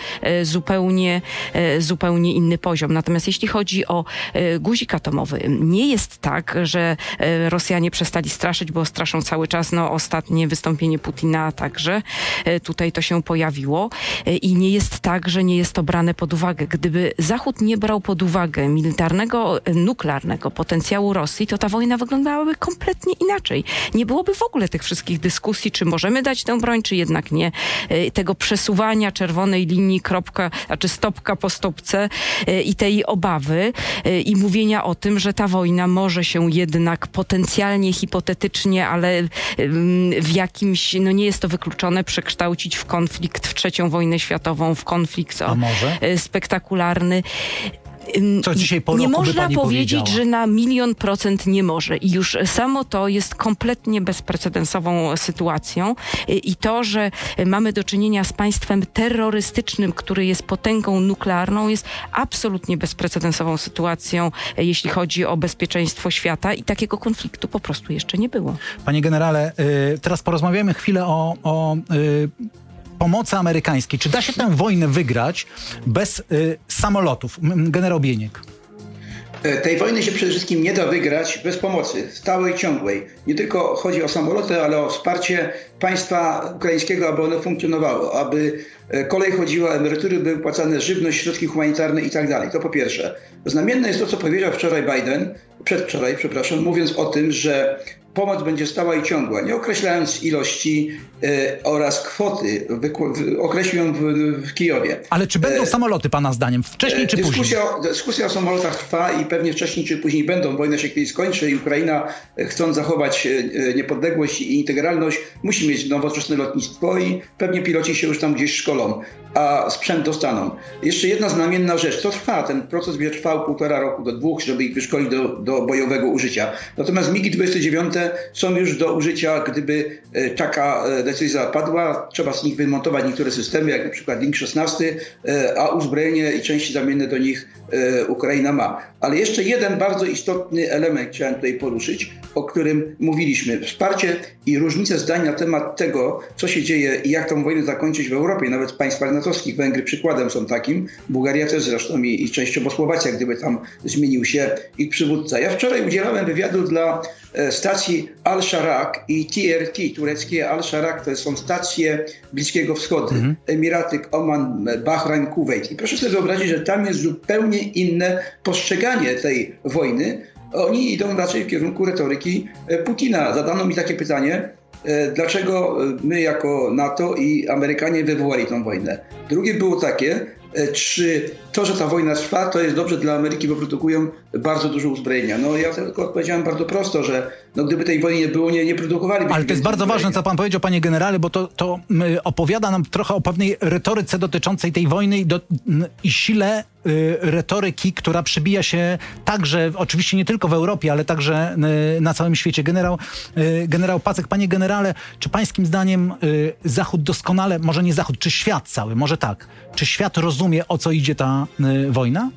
zupełnie inny poziom. Natomiast jeśli chodzi o guzik atomowy, nie jest tak, że Rosjanie przestali straszyć, bo straszą cały czas. Ostatnie wystąpienie Putina także tutaj to się pojawiło i nie jest tak, że nie jest to brane pod uwagę. Gdyby Zachód nie brał pod uwagę militarnego, nuklearnego potencjału Rosji, to ta wojna wyglądałaby kompletnie inaczej. Nie byłoby w ogóle tych wszystkich dyskusji, czy możemy dać tę broń, czy jednak nie. Tego przesuwania czerwonej linii, stopka po stopce i tej obawy i mówienia o tym, że ta wojna może się jednak potencjalnie, hipotetycznie, ale w jakimś, nie jest to wykluczone, przekształcić w konflikt, w III wojnę światową, w konflikt spektakularny. Co dzisiaj po roku nie by można pani powiedzieć, powiedziała? że na 1,000,000% nie może. I już samo to jest kompletnie bezprecedensową sytuacją. I to, że mamy do czynienia z państwem terrorystycznym, który jest potęgą nuklearną, jest absolutnie bezprecedensową sytuacją, jeśli chodzi o bezpieczeństwo świata i takiego konfliktu po prostu jeszcze nie było. Panie generale, teraz porozmawiamy chwilę o pomocy amerykańskiej. Czy da się tę wojnę wygrać bez samolotów? Generał Bieniek. Tej wojny się przede wszystkim nie da wygrać bez pomocy stałej, ciągłej. Nie tylko chodzi o samoloty, ale o wsparcie państwa ukraińskiego, aby ono funkcjonowało, aby kolej chodziła, emerytury były płacane, żywność, środki humanitarne i tak dalej. To po pierwsze. Znamienne jest to, co powiedział wczoraj Biden, przedwczoraj, przepraszam, mówiąc o tym, że pomoc będzie stała i ciągła, nie określając ilości oraz kwoty, określił ją w Kijowie. Ale czy będą samoloty pana zdaniem? Wcześniej czy później? Dyskusja o samolotach trwa i pewnie wcześniej czy później będą. Wojna się kiedyś skończy i Ukraina, chcąc zachować niepodległość i integralność, musi mieć nowoczesne lotnictwo i pewnie piloci się już tam gdzieś szkolą, a sprzęt dostaną. Jeszcze jedna znamienna rzecz. To trwa. Ten proces będzie trwał 1,5 roku do 2, żeby ich wyszkolić do bojowego użycia. Natomiast MiG-29 są już do użycia, gdyby taka decyzja padła. Trzeba z nich wymontować niektóre systemy, jak na przykład Link 16, a uzbrojenie i części zamienne do nich Ukraina ma. Ale jeszcze jeden bardzo istotny element chciałem tutaj poruszyć, o którym mówiliśmy. Wsparcie i różnice zdań na temat tego, co się dzieje i jak tę wojnę zakończyć w Europie, nawet w państwach natowskich. Węgry przykładem są takim, Bułgaria też zresztą i częściowo Słowacja, gdyby tam zmienił się ich przywódca. Ja wczoraj udzielałem wywiadu dla stacji Al-Sharak i TRT, tureckie Al-Sharak, to są stacje Bliskiego Wschodu, Emiraty, Oman, Bahrajn, Kuwejt. I proszę sobie wyobrazić, że tam jest zupełnie inne postrzeganie tej wojny. Oni idą raczej w kierunku retoryki Putina. Zadano mi takie pytanie, dlaczego my jako NATO i Amerykanie wywołali tę wojnę. Drugie było takie, czy to, że ta wojna trwa, to jest dobrze dla Ameryki, bo produkują bardzo dużo uzbrojenia. No ja tylko odpowiedziałem bardzo prosto, że gdyby tej wojny nie było, nie produkowalibyśmy. Ale to jest bardzo ważne, co pan powiedział, panie generale, bo to opowiada nam trochę o pewnej retoryce dotyczącej tej wojny i sile retoryki, która przybija się także, oczywiście nie tylko w Europie, ale także na całym świecie. Generał Pacek, panie generale, czy pańskim zdaniem Zachód doskonale, może nie Zachód, czy świat cały, może tak, czy świat rozumie, o co idzie ta wojna?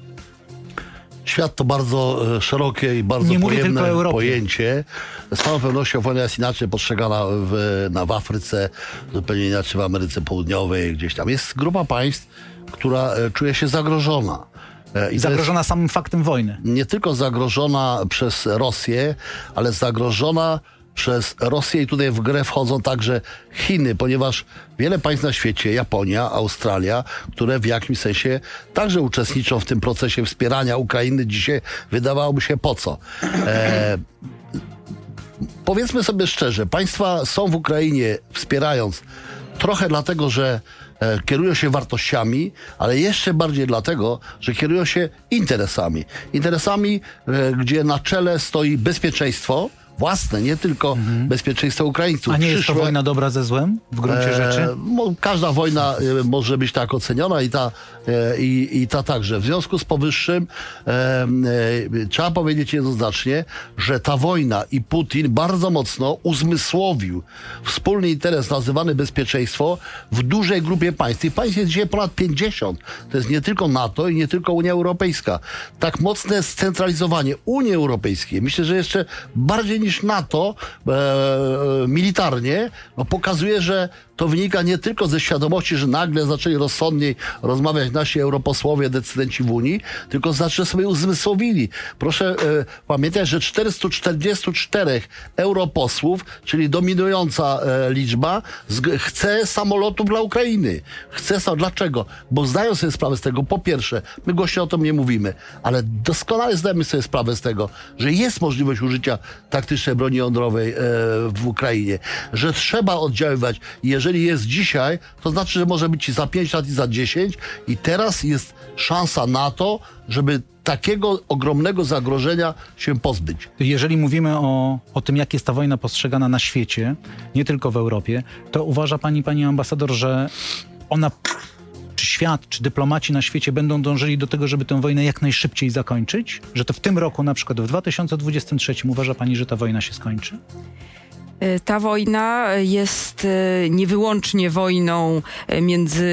Świat to bardzo szerokie i bardzo pojemne pojęcie. Z całą pewnością wojna jest inaczej postrzegana w Afryce, zupełnie inaczej w Ameryce Południowej, gdzieś tam. Jest grupa państw, która czuje się zagrożona. I zagrożona samym faktem wojny. Nie tylko zagrożona przez Rosję, ale zagrożona przez Rosję i tutaj w grę wchodzą także Chiny, ponieważ wiele państw na świecie, Japonia, Australia, które w jakimś sensie także uczestniczą w tym procesie wspierania Ukrainy, dzisiaj wydawałoby się po co. Powiedzmy sobie szczerze, państwa są w Ukrainie wspierając trochę dlatego, że kierują się wartościami, ale jeszcze bardziej dlatego, że kierują się interesami. Interesami, gdzie na czele stoi bezpieczeństwo własne, nie tylko bezpieczeństwo Ukraińców. A nie jest to wojna dobra ze złem w gruncie rzeczy? Każda wojna może być tak oceniona i ta także. W związku z powyższym trzeba powiedzieć jednoznacznie, że ta wojna i Putin bardzo mocno uzmysłowił wspólny interes nazywany bezpieczeństwo w dużej grupie państw. Tych państw jest dzisiaj ponad 50. To jest nie tylko NATO i nie tylko Unia Europejska. Tak mocne scentralizowanie Unii Europejskiej, myślę, że jeszcze bardziej niż NATO militarnie, pokazuje, że to wynika nie tylko ze świadomości, że nagle zaczęli rozsądniej rozmawiać nasi europosłowie, decydenci w Unii, tylko znacznie sobie uzmysłowili. Proszę pamiętać, że 444 europosłów, czyli dominująca liczba, chce samolotów dla Ukrainy. Dlaczego? Bo zdają sobie sprawę z tego, po pierwsze, my głośno o tym nie mówimy, ale doskonale zdajemy sobie sprawę z tego, że jest możliwość użycia taktycznej broni jądrowej w Ukrainie, że trzeba oddziaływać. Jeżeli jest dzisiaj, to znaczy, że może być i za 5 lat i za 10 i teraz jest szansa na to, żeby takiego ogromnego zagrożenia się pozbyć. Jeżeli mówimy o tym, jak jest ta wojna postrzegana na świecie, nie tylko w Europie, to uważa pani ambasador, że ona, czy świat świat czy dyplomaci na świecie będą dążyli do tego, żeby tę wojnę jak najszybciej zakończyć? Że to w tym roku, na przykład w 2023, uważa pani, że ta wojna się skończy? Ta wojna jest nie wyłącznie wojną między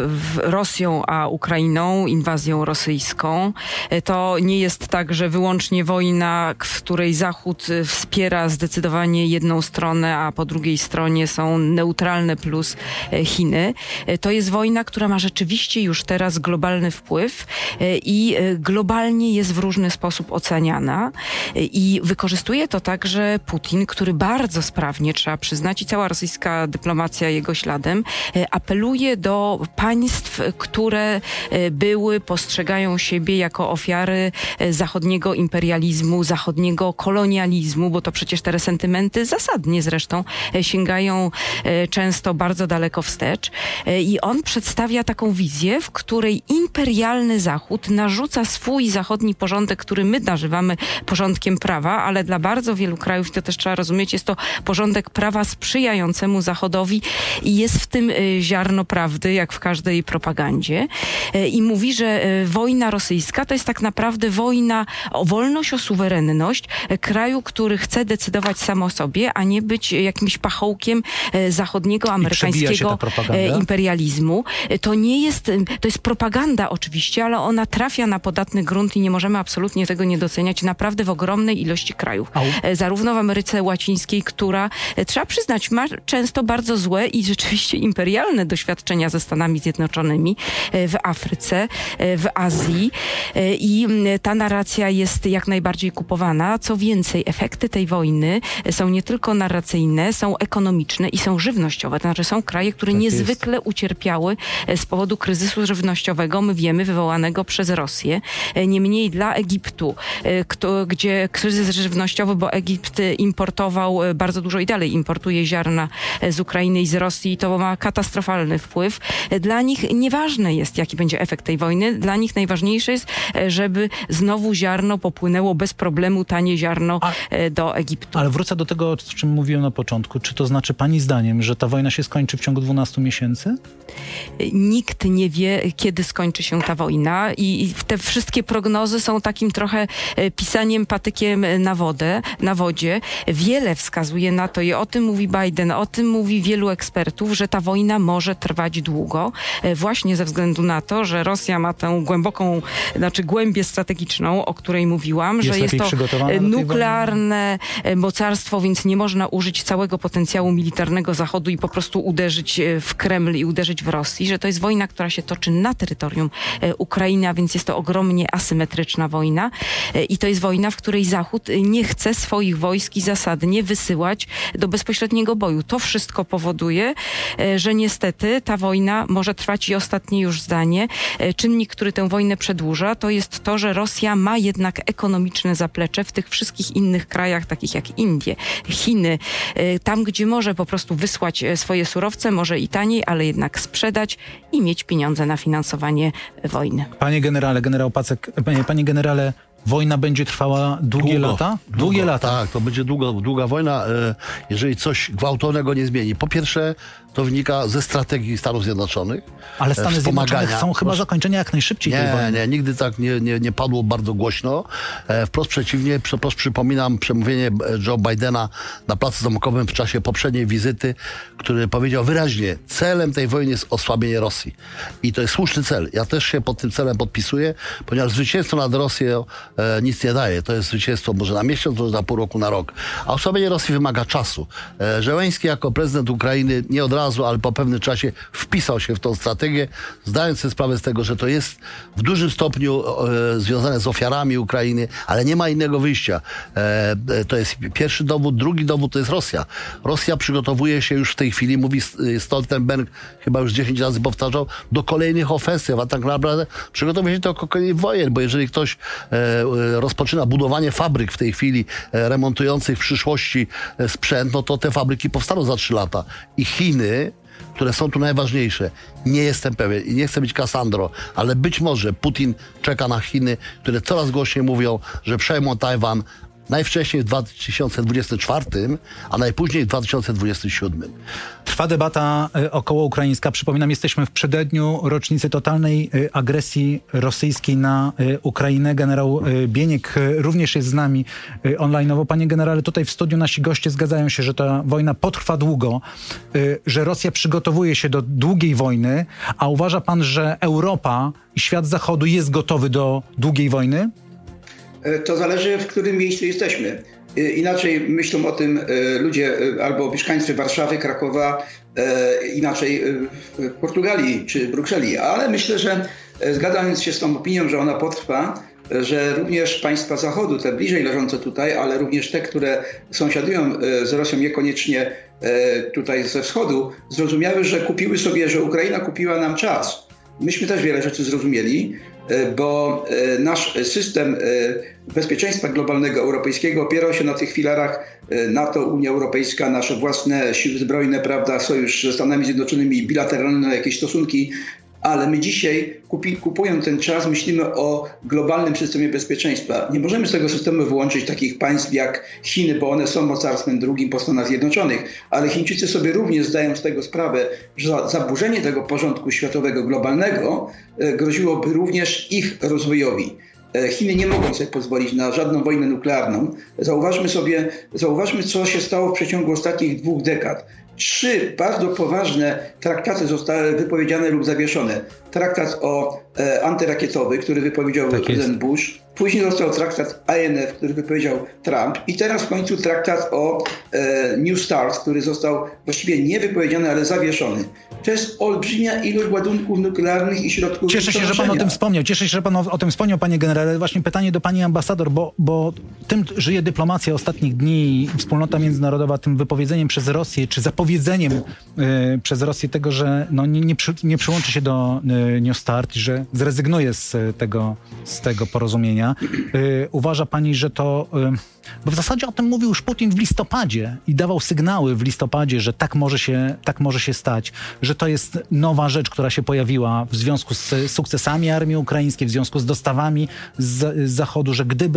Rosją a Ukrainą, inwazją rosyjską. To nie jest tak, że wyłącznie wojna, w której Zachód wspiera zdecydowanie jedną stronę, a po drugiej stronie są neutralne plus Chiny. To jest wojna, która ma rzeczywiście już teraz globalny wpływ i globalnie jest w różny sposób oceniana. I wykorzystuje to także Putin, który bardzo sprawnie, trzeba przyznać, i cała rosyjska dyplomacja jego śladem, apeluje do państw, które postrzegają siebie jako ofiary zachodniego imperializmu, zachodniego kolonializmu, bo to przecież te resentymenty zasadnie zresztą sięgają często bardzo daleko wstecz. I on przedstawia taką wizję, w której imperialny Zachód narzuca swój zachodni porządek, który my nazywamy porządkiem prawa, ale dla bardzo wielu krajów, to też trzeba rozumieć, jest to porządek prawa sprzyjającemu Zachodowi i jest w tym ziarno prawdy, jak w każdej propagandzie. I mówi, że wojna rosyjska to jest tak naprawdę wojna o wolność, o suwerenność kraju, który chce decydować sam o sobie, a nie być jakimś pachołkiem zachodniego, amerykańskiego imperializmu. To jest propaganda oczywiście, ale ona trafia na podatny grunt i nie możemy absolutnie tego nie doceniać naprawdę w ogromnej ilości krajów. Zarówno w Ameryce Łacińskiej, która, trzeba przyznać, ma często bardzo złe i rzeczywiście imperialne doświadczenia ze Stanami Zjednoczonymi, w Afryce, w Azji i ta narracja jest jak najbardziej kupowana. Co więcej, efekty tej wojny są nie tylko narracyjne, są ekonomiczne i są żywnościowe. To znaczy są kraje, które niezwykle ucierpiały z powodu kryzysu żywnościowego, my wiemy, wywołanego przez Rosję. Niemniej dla Egiptu, gdzie kryzys żywnościowy, bo Egipt importował bardzo dużo i dalej importuje ziarna z Ukrainy i z Rosji, to ma katastrofalny wpływ. Dla nich nieważne jest, jaki będzie efekt tej wojny. Dla nich najważniejsze jest, żeby znowu ziarno popłynęło bez problemu, tanie ziarno do Egiptu. Ale wrócę do tego, o czym mówiłem na początku. Czy to znaczy pani zdaniem, że ta wojna się skończy w ciągu 12 miesięcy? Nikt nie wie, kiedy skończy się ta wojna i te wszystkie prognozy są takim trochę pisaniem patykiem na wodzie. Wiele wskazuje na to i o tym mówi Biden, o tym mówi wielu ekspertów, że ta wojna może trwać długo. Właśnie ze względu na to, że Rosja ma tę głębię strategiczną, o której mówiłam, że jest to nuklearne mocarstwo, więc nie można użyć całego potencjału militarnego Zachodu i po prostu uderzyć w Kreml i uderzyć w Rosji, że to jest wojna, która się toczy na terytorium Ukrainy, a więc jest to ogromnie asymetryczna wojna i to jest wojna, w której Zachód nie chce swoich wojsk i zasadnie wysyłać do bezpośredniego boju. To wszystko powoduje, że niestety ta wojna może trwać i ostatnie już zdanie. Czynnik, który tę wojnę przedłuża, to jest to, że Rosja ma jednak ekonomiczne zaplecze w tych wszystkich innych krajach, takich jak Indie, Chiny, tam, gdzie może po prostu wysłać swoje surowce, może i taniej, ale jednak sprzedać i mieć pieniądze na finansowanie wojny. Panie generale, generał Pacek, panie generale, wojna będzie trwała długie lata? Długie lata. Tak, to będzie długa wojna, jeżeli coś gwałtownego nie zmieni. Po pierwsze, to wynika ze strategii Stanów Zjednoczonych. Ale Stany Zjednoczone chcą chyba zakończenia jak najszybciej tej wojny. Nie, nigdy tak nie padło bardzo głośno. Wprost przeciwnie, przypominam przemówienie Joe Bidena na Placu Zamkowym w czasie poprzedniej wizyty, który powiedział wyraźnie, celem tej wojny jest osłabienie Rosji. I to jest słuszny cel. Ja też się pod tym celem podpisuję, ponieważ zwycięstwo nad Rosją nic nie daje. To jest zwycięstwo może na miesiąc, może na pół roku, na rok. A osłabienie Rosji wymaga czasu. Zełenski jako prezydent Ukrainy nie od razu, ale po pewnym czasie wpisał się w tą strategię, zdając sobie sprawę z tego, że to jest w dużym stopniu związane z ofiarami Ukrainy, ale nie ma innego wyjścia. To jest pierwszy dowód. Drugi dowód to jest Rosja. Rosja przygotowuje się już w tej chwili, mówi Stoltenberg, chyba już 10 razy powtarzał, do kolejnych ofensyw, a tak naprawdę przygotowuje się do kolejnych wojen, bo jeżeli ktoś rozpoczyna budowanie fabryk w tej chwili remontujących w przyszłości sprzęt, no to te fabryki powstaną za 3 lata. I Chiny, które są tu najważniejsze, nie jestem pewien i nie chcę być Kassandro, ale być może Putin czeka na Chiny, które coraz głośniej mówią, że przejmą Tajwan, Najwcześniej w 2024, a najpóźniej w 2027. Trwa debata okołoukraińska. Przypominam, jesteśmy w przededniu rocznicy totalnej agresji rosyjskiej na Ukrainę. Generał Bieniek również jest z nami online'owo. Panie generale, tutaj w studiu nasi goście zgadzają się, że ta wojna potrwa długo, że Rosja przygotowuje się do długiej wojny, a uważa pan, że Europa i świat Zachodu jest gotowy do długiej wojny? To zależy, w którym miejscu jesteśmy. Inaczej myślą o tym ludzie albo mieszkańcy Warszawy, Krakowa, inaczej w Portugalii czy Brukseli. Ale myślę, że zgadzając się z tą opinią, że ona potrwa, że również państwa Zachodu, te bliżej leżące tutaj, ale również te, które sąsiadują z Rosją niekoniecznie tutaj ze wschodu, zrozumiały, że Ukraina kupiła nam czas. Myśmy też wiele rzeczy zrozumieli, bo nasz system bezpieczeństwa globalnego europejskiego opierał się na tych filarach NATO, Unia Europejska, nasze własne siły zbrojne, prawda, sojusz ze Stanami Zjednoczonymi, bilateralne jakieś stosunki. Ale my dzisiaj, kupując ten czas, myślimy o globalnym systemie bezpieczeństwa. Nie możemy z tego systemu wyłączyć takich państw jak Chiny, bo one są mocarstwem drugim po Stanach Zjednoczonych. Ale Chińczycy sobie również zdają z tego sprawę, że zaburzenie tego porządku światowego, globalnego groziłoby również ich rozwojowi. Chiny nie mogą sobie pozwolić na żadną wojnę nuklearną. Zauważmy, co się stało w przeciągu ostatnich 2 dekad. 3 bardzo poważne traktaty zostały wypowiedziane lub zawieszone. Traktat antyrakietowy, który wypowiedział prezydent Bush. Później został traktat INF, który wypowiedział Trump. I teraz w końcu traktat o New START, który został właściwie nie wypowiedziany, ale zawieszony. To jest olbrzymia ilość ładunków nuklearnych i środków. Cieszę się, że pan o tym wspomniał. Panie generale. Właśnie pytanie do pani ambasador, bo tym żyje dyplomacja ostatnich dni i wspólnota międzynarodowa, tym wypowiedzeniem przez Rosję, czy zapowiedzeniem przez Rosję tego, że nie przyłączy się do New START i że zrezygnuje z tego porozumienia. Uważa pani, że to... Bo w zasadzie o tym mówił już Putin w listopadzie i dawał sygnały w listopadzie, że tak może się stać, że to jest nowa rzecz, która się pojawiła w związku z sukcesami armii ukraińskiej, w związku z dostawami z Zachodu,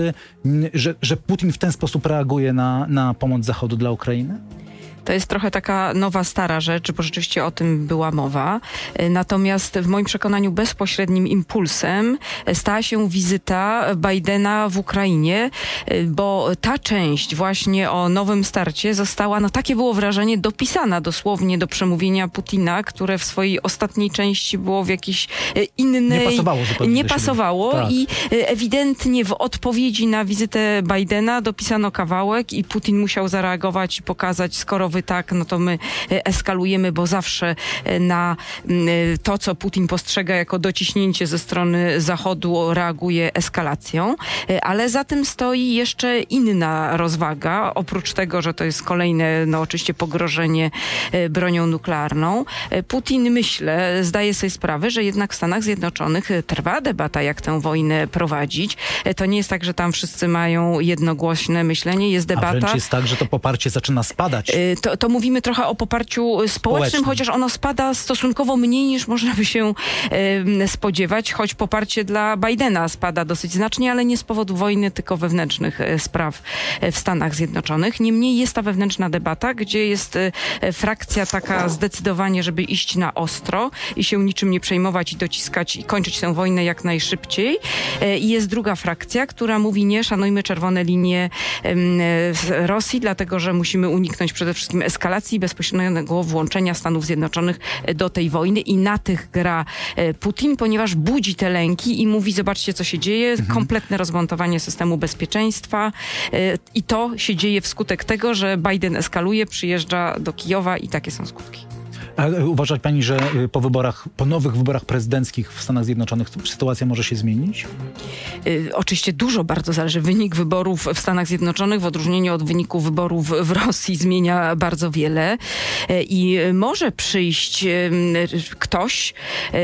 że Putin w ten sposób reaguje na pomoc Zachodu dla Ukrainy? To jest trochę taka nowa, stara rzecz, bo rzeczywiście o tym była mowa. Natomiast w moim przekonaniu bezpośrednim impulsem stała się wizyta Bidena w Ukrainie, bo ta część właśnie o nowym starcie została, takie było wrażenie, dopisana dosłownie do przemówienia Putina, które w swojej ostatniej części było w jakiejś innej... Nie pasowało tak. I ewidentnie w odpowiedzi na wizytę Bidena dopisano kawałek i Putin musiał zareagować i pokazać, skoro wy tak, no to my eskalujemy, bo zawsze na to, co Putin postrzega jako dociśnięcie ze strony Zachodu, reaguje eskalacją. Ale za tym stoi jeszcze inna rozwaga. Oprócz tego, że to jest kolejne, oczywiście pogrożenie bronią nuklearną. Putin, zdaje sobie sprawę, że jednak w Stanach Zjednoczonych trwa debata, jak tę wojnę prowadzić. To nie jest tak, że tam wszyscy mają jednogłośne myślenie. Jest debata. A wręcz jest tak, że to poparcie zaczyna spadać. To mówimy trochę o poparciu społecznym, chociaż ono spada stosunkowo mniej niż można by się spodziewać, choć poparcie dla Bidena spada dosyć znacznie, ale nie z powodu wojny, tylko wewnętrznych spraw w Stanach Zjednoczonych. Niemniej jest ta wewnętrzna debata, gdzie jest frakcja taka zdecydowanie, żeby iść na ostro i się niczym nie przejmować i dociskać i kończyć tę wojnę jak najszybciej. I jest druga frakcja, która mówi nie, szanujmy czerwone linie Rosji, dlatego że musimy uniknąć przede wszystkim eskalacji i bezpośredniego włączenia Stanów Zjednoczonych do tej wojny i na tych gra Putin, ponieważ budzi te lęki i mówi, zobaczcie, co się dzieje, kompletne rozmontowanie systemu bezpieczeństwa i to się dzieje wskutek tego, że Biden eskaluje, przyjeżdża do Kijowa i takie są skutki. A uważa pani, że po nowych wyborach prezydenckich w Stanach Zjednoczonych sytuacja może się zmienić? Oczywiście dużo bardzo zależy. Wynik wyborów w Stanach Zjednoczonych w odróżnieniu od wyniku wyborów w Rosji zmienia bardzo wiele i może przyjść ktoś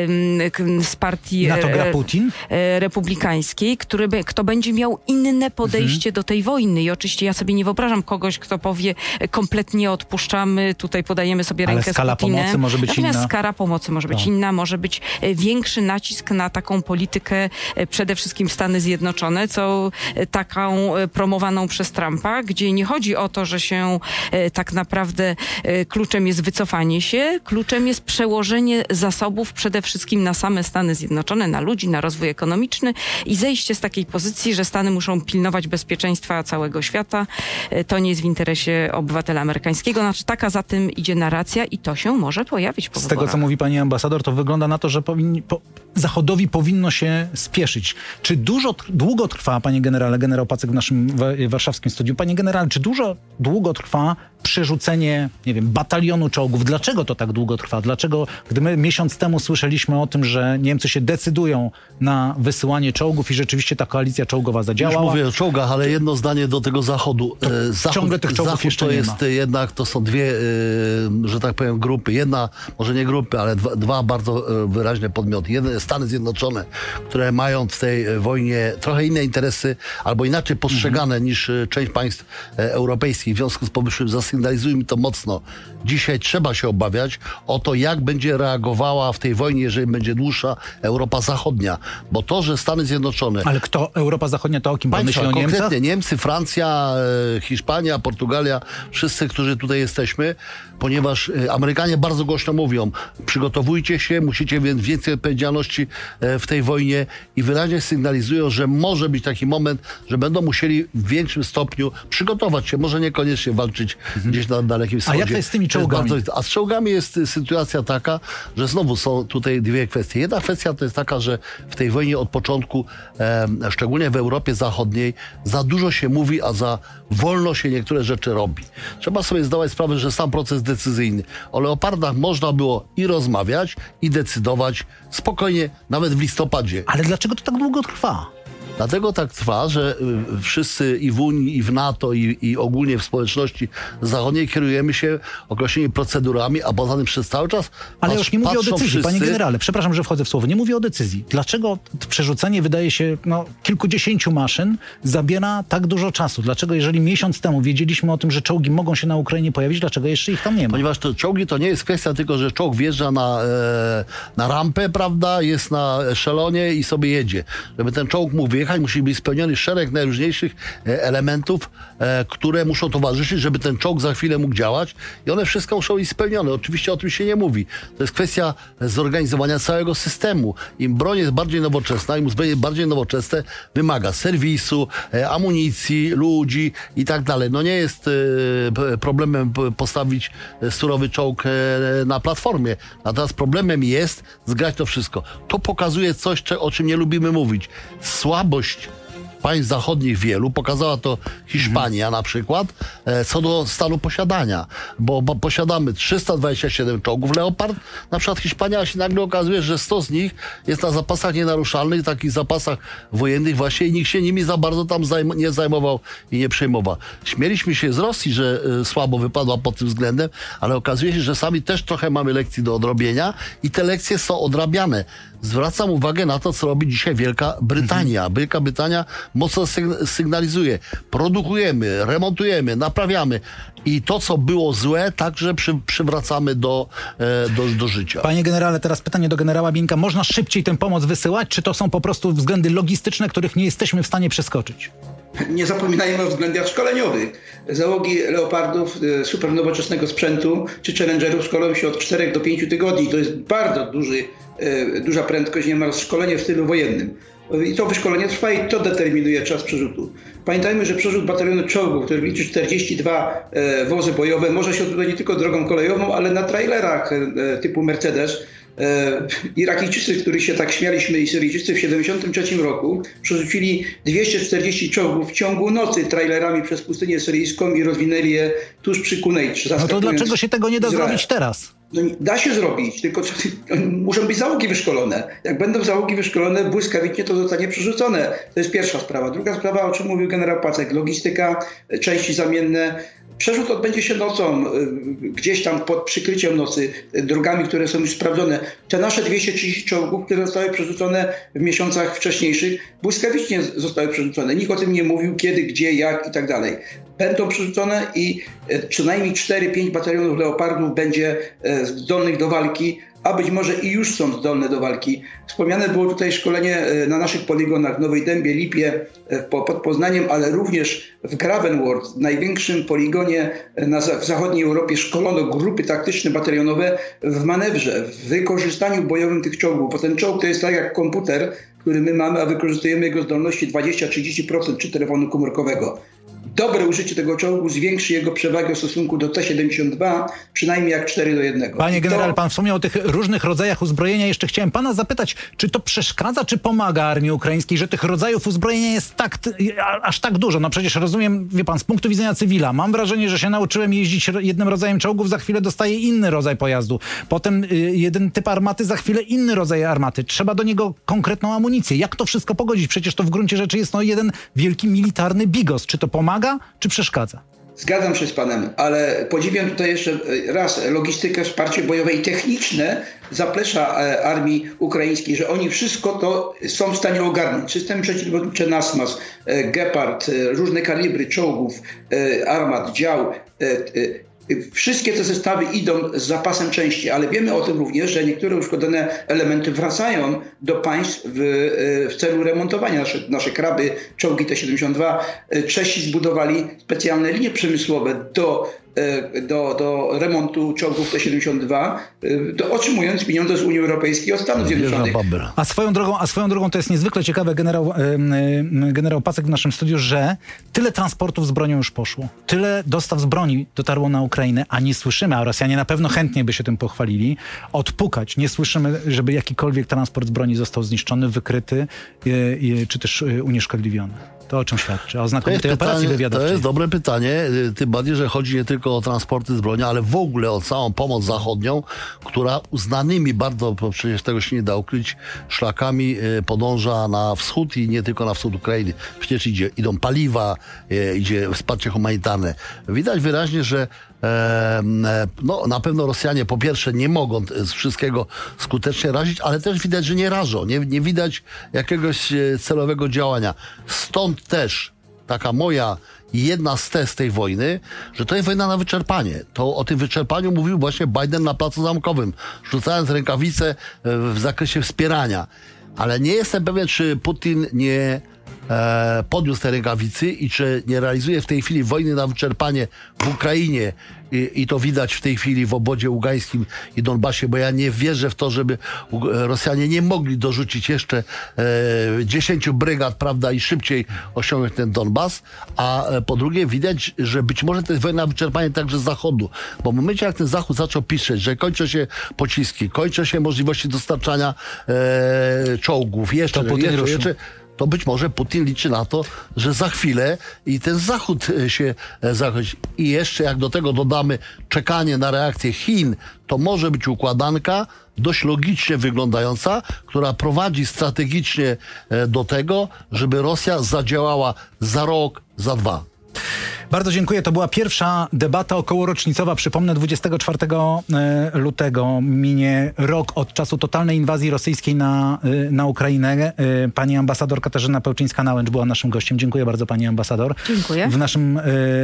z partii na to gra Putin? republikańskiej, kto będzie miał inne podejście do tej wojny. I oczywiście ja sobie nie wyobrażam kogoś, kto powie kompletnie odpuszczamy, tutaj podajemy sobie rękę z Putinem. pomocy może być Natomiast inna. skala pomocy może być inna, może być większy nacisk na taką politykę przede wszystkim Stany Zjednoczone, co taką promowaną przez Trumpa, gdzie nie chodzi o to, że się tak naprawdę kluczem jest wycofanie się, kluczem jest przełożenie zasobów przede wszystkim na same Stany Zjednoczone, na ludzi, na rozwój ekonomiczny i zejście z takiej pozycji, że Stany muszą pilnować bezpieczeństwa całego świata. To nie jest w interesie obywatela amerykańskiego. Znaczy taka za tym idzie narracja i to się może pojawić po Z wyborach. tego, co mówi pani ambasador, to wygląda na to, że Zachodowi powinno się spieszyć. Czy długo trwa, panie generale, generał Pacek w naszym warszawskim studiu, panie generale, czy długo trwa przerzucenie, nie wiem, batalionu czołgów? Dlaczego to tak długo trwa? Dlaczego, gdy my miesiąc temu słyszeliśmy o tym, że Niemcy się decydują na wysyłanie czołgów i rzeczywiście ta koalicja czołgowa zadziałała? Już mówię o czołgach, ale jedno zdanie do tego Zachodu. Ciągle tych czołgów jeszcze to nie jest ma. jednak, to są dwie, że tak powiem, grupy. Jedna, może nie grupy, ale dwa bardzo wyraźne podmioty. Jeden Stany Zjednoczone, które mają w tej wojnie trochę inne interesy, albo inaczej postrzegane niż część państw europejskich. W związku z powyższym zasygnalizujmy to mocno. Dzisiaj trzeba się obawiać o to, jak będzie reagowała w tej wojnie, jeżeli będzie dłuższa Europa Zachodnia. Bo to, że Stany Zjednoczone... Ale kto? Europa Zachodnia to o kim? Pan myśli o Niemcach? Konkretnie Niemcy, Francja, Hiszpania, Portugalia, wszyscy, którzy tutaj jesteśmy, ponieważ Amerykanie bardzo głośno mówią, przygotowujcie się, musicie mieć więcej odpowiedzialności w tej wojnie i wyraźnie sygnalizują, że może być taki moment, że będą musieli w większym stopniu przygotować się, może niekoniecznie walczyć gdzieś na Dalekim Wschodzie. A jak to jest z tymi czołgami? A z czołgami jest sytuacja taka, że znowu są tutaj dwie kwestie. Jedna kwestia to jest taka, że w tej wojnie od początku, szczególnie w Europie Zachodniej, za dużo się mówi, a za wolno się niektóre rzeczy robi. Trzeba sobie zdawać sprawę, że sam proces decyzyjny. O Leopardach można było i rozmawiać, i decydować spokojnie, nawet w listopadzie. Ale dlaczego to tak długo trwa? Dlatego tak trwa, że wszyscy i w Unii, i w NATO, i ogólnie w społeczności zachodniej kierujemy się określonymi procedurami, a poza tym przez cały czas Ale już nie mówię o decyzji, wszyscy... panie generale, przepraszam, że wchodzę w słowo, nie mówię o decyzji. Dlaczego przerzucenie, wydaje się, kilkudziesięciu maszyn zabiera tak dużo czasu? Dlaczego, jeżeli miesiąc temu wiedzieliśmy o tym, że czołgi mogą się na Ukrainie pojawić, dlaczego jeszcze ich tam nie ma? Ponieważ to czołgi to nie jest kwestia tylko, że czołg wjeżdża na rampę, prawda, jest na eszelonie i sobie jedzie. Żeby ten czołg mógł wyjechać, musi być spełniony szereg najróżniejszych elementów, które muszą towarzyszyć, żeby ten czołg za chwilę mógł działać i one wszystko muszą być spełnione. Oczywiście o tym się nie mówi. To jest kwestia zorganizowania całego systemu. Im broń jest bardziej nowoczesna, im uzbrojenie jest bardziej nowoczesne, wymaga serwisu, amunicji, ludzi i tak dalej. No nie jest problemem postawić surowy czołg na platformie. Natomiast problemem jest zgrać to wszystko. To pokazuje coś, o czym nie lubimy mówić. Słabość państw zachodnich wielu, pokazała to Hiszpania na przykład, co do stanu posiadania, bo posiadamy 327 czołgów Leopard, na przykład Hiszpania się nagle okazuje, że 100 z nich jest na zapasach nienaruszalnych, takich zapasach wojennych właśnie i nikt się nimi za bardzo tam nie zajmował i nie przejmował. Śmieliśmy się z Rosji, że słabo wypadła pod tym względem, ale okazuje się, że sami też trochę mamy lekcji do odrobienia i te lekcje są odrabiane. Zwracam uwagę na to, co robi dzisiaj Wielka Brytania. Wielka Brytania mocno sygnalizuje. Produkujemy, remontujemy, naprawiamy i to, co było złe, także przywracamy do życia. Panie generale, teraz pytanie do generała Bieńka. Można szybciej tę pomoc wysyłać, czy to są po prostu względy logistyczne, których nie jesteśmy w stanie przeskoczyć? Nie zapominajmy o względach szkoleniowych. Załogi Leopardów, super nowoczesnego sprzętu czy Challengerów szkolą się od 4 do 5 tygodni. To jest bardzo duża prędkość, niemal szkolenie w stylu wojennym. I to wyszkolenie trwa i to determinuje czas przerzutu. Pamiętajmy, że przerzut batalionu czołgów, który liczy 42 wozy bojowe, może się odbywać nie tylko drogą kolejową, ale na trailerach typu Mercedes. Irakijczycy, których się tak śmialiśmy, i Syryjczycy w 1973 roku przerzucili 240 czołgów w ciągu nocy trailerami przez pustynię syryjską i rozwinęli je tuż przy Kunejcz. No to dlaczego się tego nie da zrobić teraz? No, da się zrobić, tylko muszą być załogi wyszkolone. Jak będą załogi wyszkolone, błyskawicznie to zostanie przerzucone. To jest pierwsza sprawa. Druga sprawa, o czym mówił generał Pacek, logistyka, części zamienne. Przerzut odbędzie się nocą, gdzieś tam pod przykryciem nocy, drogami, które są już sprawdzone. Te nasze 230 czołgów, które zostały przerzucone w miesiącach wcześniejszych, błyskawicznie zostały przerzucone. Nikt o tym nie mówił, kiedy, gdzie, jak i tak dalej. Będą przerzucone i co najmniej 4-5 batalionów Leopardów będzie zdolnych do walki, a być może i już są zdolne do walki. Wspomniane było tutaj szkolenie na naszych poligonach w Nowej Dębie, Lipie, pod Poznaniem, ale również w Gravenworth, największym poligonie w zachodniej Europie, szkolono grupy taktyczne batalionowe w manewrze, w wykorzystaniu bojowym tych czołgów, bo ten czołg to jest tak jak komputer, który my mamy, a wykorzystujemy jego zdolności 20-30% czy telefonu komórkowego. Dobre użycie tego czołgu zwiększy jego przewagę w stosunku do T-72 przynajmniej jak 4:1. Panie generale, pan wspomniał o tych różnych rodzajach uzbrojenia. Jeszcze chciałem pana zapytać, czy to przeszkadza, czy pomaga armii ukraińskiej, że tych rodzajów uzbrojenia jest aż tak dużo? No przecież rozumiem, wie pan, z punktu widzenia cywila. Mam wrażenie, że się nauczyłem jeździć jednym rodzajem czołgów, za chwilę dostaję inny rodzaj pojazdu. Potem jeden typ armaty, za chwilę inny rodzaj armaty. Trzeba do niego konkretną amunicję. Jak to wszystko pogodzić? Przecież to w gruncie rzeczy jest jeden wielki militarny bigos. Czy to pomaga, czy przeszkadza? Zgadzam się z panem, ale podziwiam tutaj jeszcze raz logistykę, wsparcie bojowe i techniczne zaplecza armii ukraińskiej, że oni wszystko to są w stanie ogarnąć. Systemy przeciwlotnicze NASMAS, Gepard, różne kalibry czołgów, armat, dział. Wszystkie te zestawy idą z zapasem części, ale wiemy o tym również, że niektóre uszkodzone elementy wracają do państw w celu remontowania. Nasze kraby, czołgi T-72. Czesi zbudowali specjalne linie przemysłowe do remontu czołgów T-72, otrzymując pieniądze z Unii Europejskiej od Stanów Zjednoczonych. A swoją drogą to jest niezwykle ciekawe, generał Pacek w naszym studiu, że tyle transportów z bronią już poszło. Tyle dostaw z broni dotarło na Ukrainę, a nie słyszymy, a Rosjanie na pewno chętnie by się tym pochwalili, odpukać. Nie słyszymy, żeby jakikolwiek transport z broni został zniszczony, wykryty czy też unieszkodliwiony. To o czym świadczy? O znakomitej operacji wywiadowczej. To jest dobre pytanie, tym bardziej, że chodzi nie tylko o transporty z bronią, ale w ogóle o całą pomoc zachodnią, która uznanymi bardzo, bo przecież tego się nie da ukryć, szlakami podąża na wschód i nie tylko na wschód Ukrainy. Przecież idą paliwa, idzie wsparcie humanitarne. Widać wyraźnie, że na pewno Rosjanie po pierwsze nie mogą z wszystkiego skutecznie razić, ale też widać, że nie rażą. Nie widać jakiegoś celowego działania. Stąd też taka moja jedna z tez tej wojny, że to jest wojna na wyczerpanie. To o tym wyczerpaniu mówił właśnie Biden na Placu Zamkowym, rzucając rękawice w zakresie wspierania. Ale nie jestem pewien, czy Putin nie podniósł te rękawicy i czy nie realizuje w tej chwili wojny na wyczerpanie w Ukrainie i to widać w tej chwili w obozie ługańskim i Donbasie, bo ja nie wierzę w to, żeby Rosjanie nie mogli dorzucić jeszcze 10 brygad, prawda, i szybciej osiągnąć ten Donbas, a po drugie widać, że być może to jest wojna na wyczerpanie także z Zachodu, bo w momencie jak ten Zachód zaczął piszeć, że kończą się pociski, kończą się możliwości dostarczania czołgów, jeszcze, to być może Putin liczy na to, że za chwilę i ten Zachód się zachodzi. I jeszcze jak do tego dodamy czekanie na reakcję Chin, to może być układanka dość logicznie wyglądająca, która prowadzi strategicznie do tego, żeby Rosja zadziałała za rok, za 2. Bardzo dziękuję. To była pierwsza debata okołorocznicowa. Przypomnę, 24 lutego minie rok od czasu totalnej inwazji rosyjskiej na Ukrainę. Pani ambasador Katarzyna Pełczyńska-Nałęcz była naszym gościem. Dziękuję bardzo, pani ambasador. Dziękuję. W naszym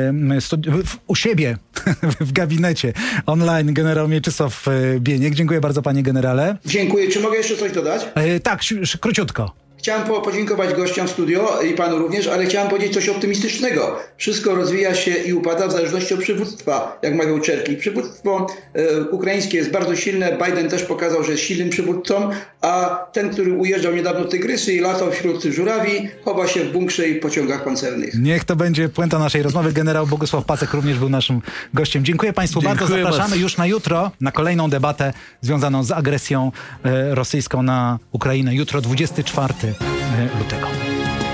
u siebie w gabinecie online generał Mieczysław Bieniek. Dziękuję bardzo, panie generale. Dziękuję. Czy mogę jeszcze coś dodać? Tak, króciutko. Chciałem podziękować gościom studio i panu również, ale chciałem powiedzieć coś optymistycznego. Wszystko rozwija się i upada w zależności od przywództwa, jak mawiał Churchill. Przywództwo ukraińskie jest bardzo silne. Biden też pokazał, że jest silnym przywódcą, a ten, który ujeżdżał niedawno tygrysy i latał wśród żurawi, chowa się w bunkrze i pociągach pancernych. Niech to będzie puenta naszej rozmowy. Generał Bogusław Pacek również był naszym gościem. Dziękuję państwu bardzo. Zapraszamy już na jutro na kolejną debatę związaną z agresją rosyjską na Ukrainę. Jutro 24 lutego.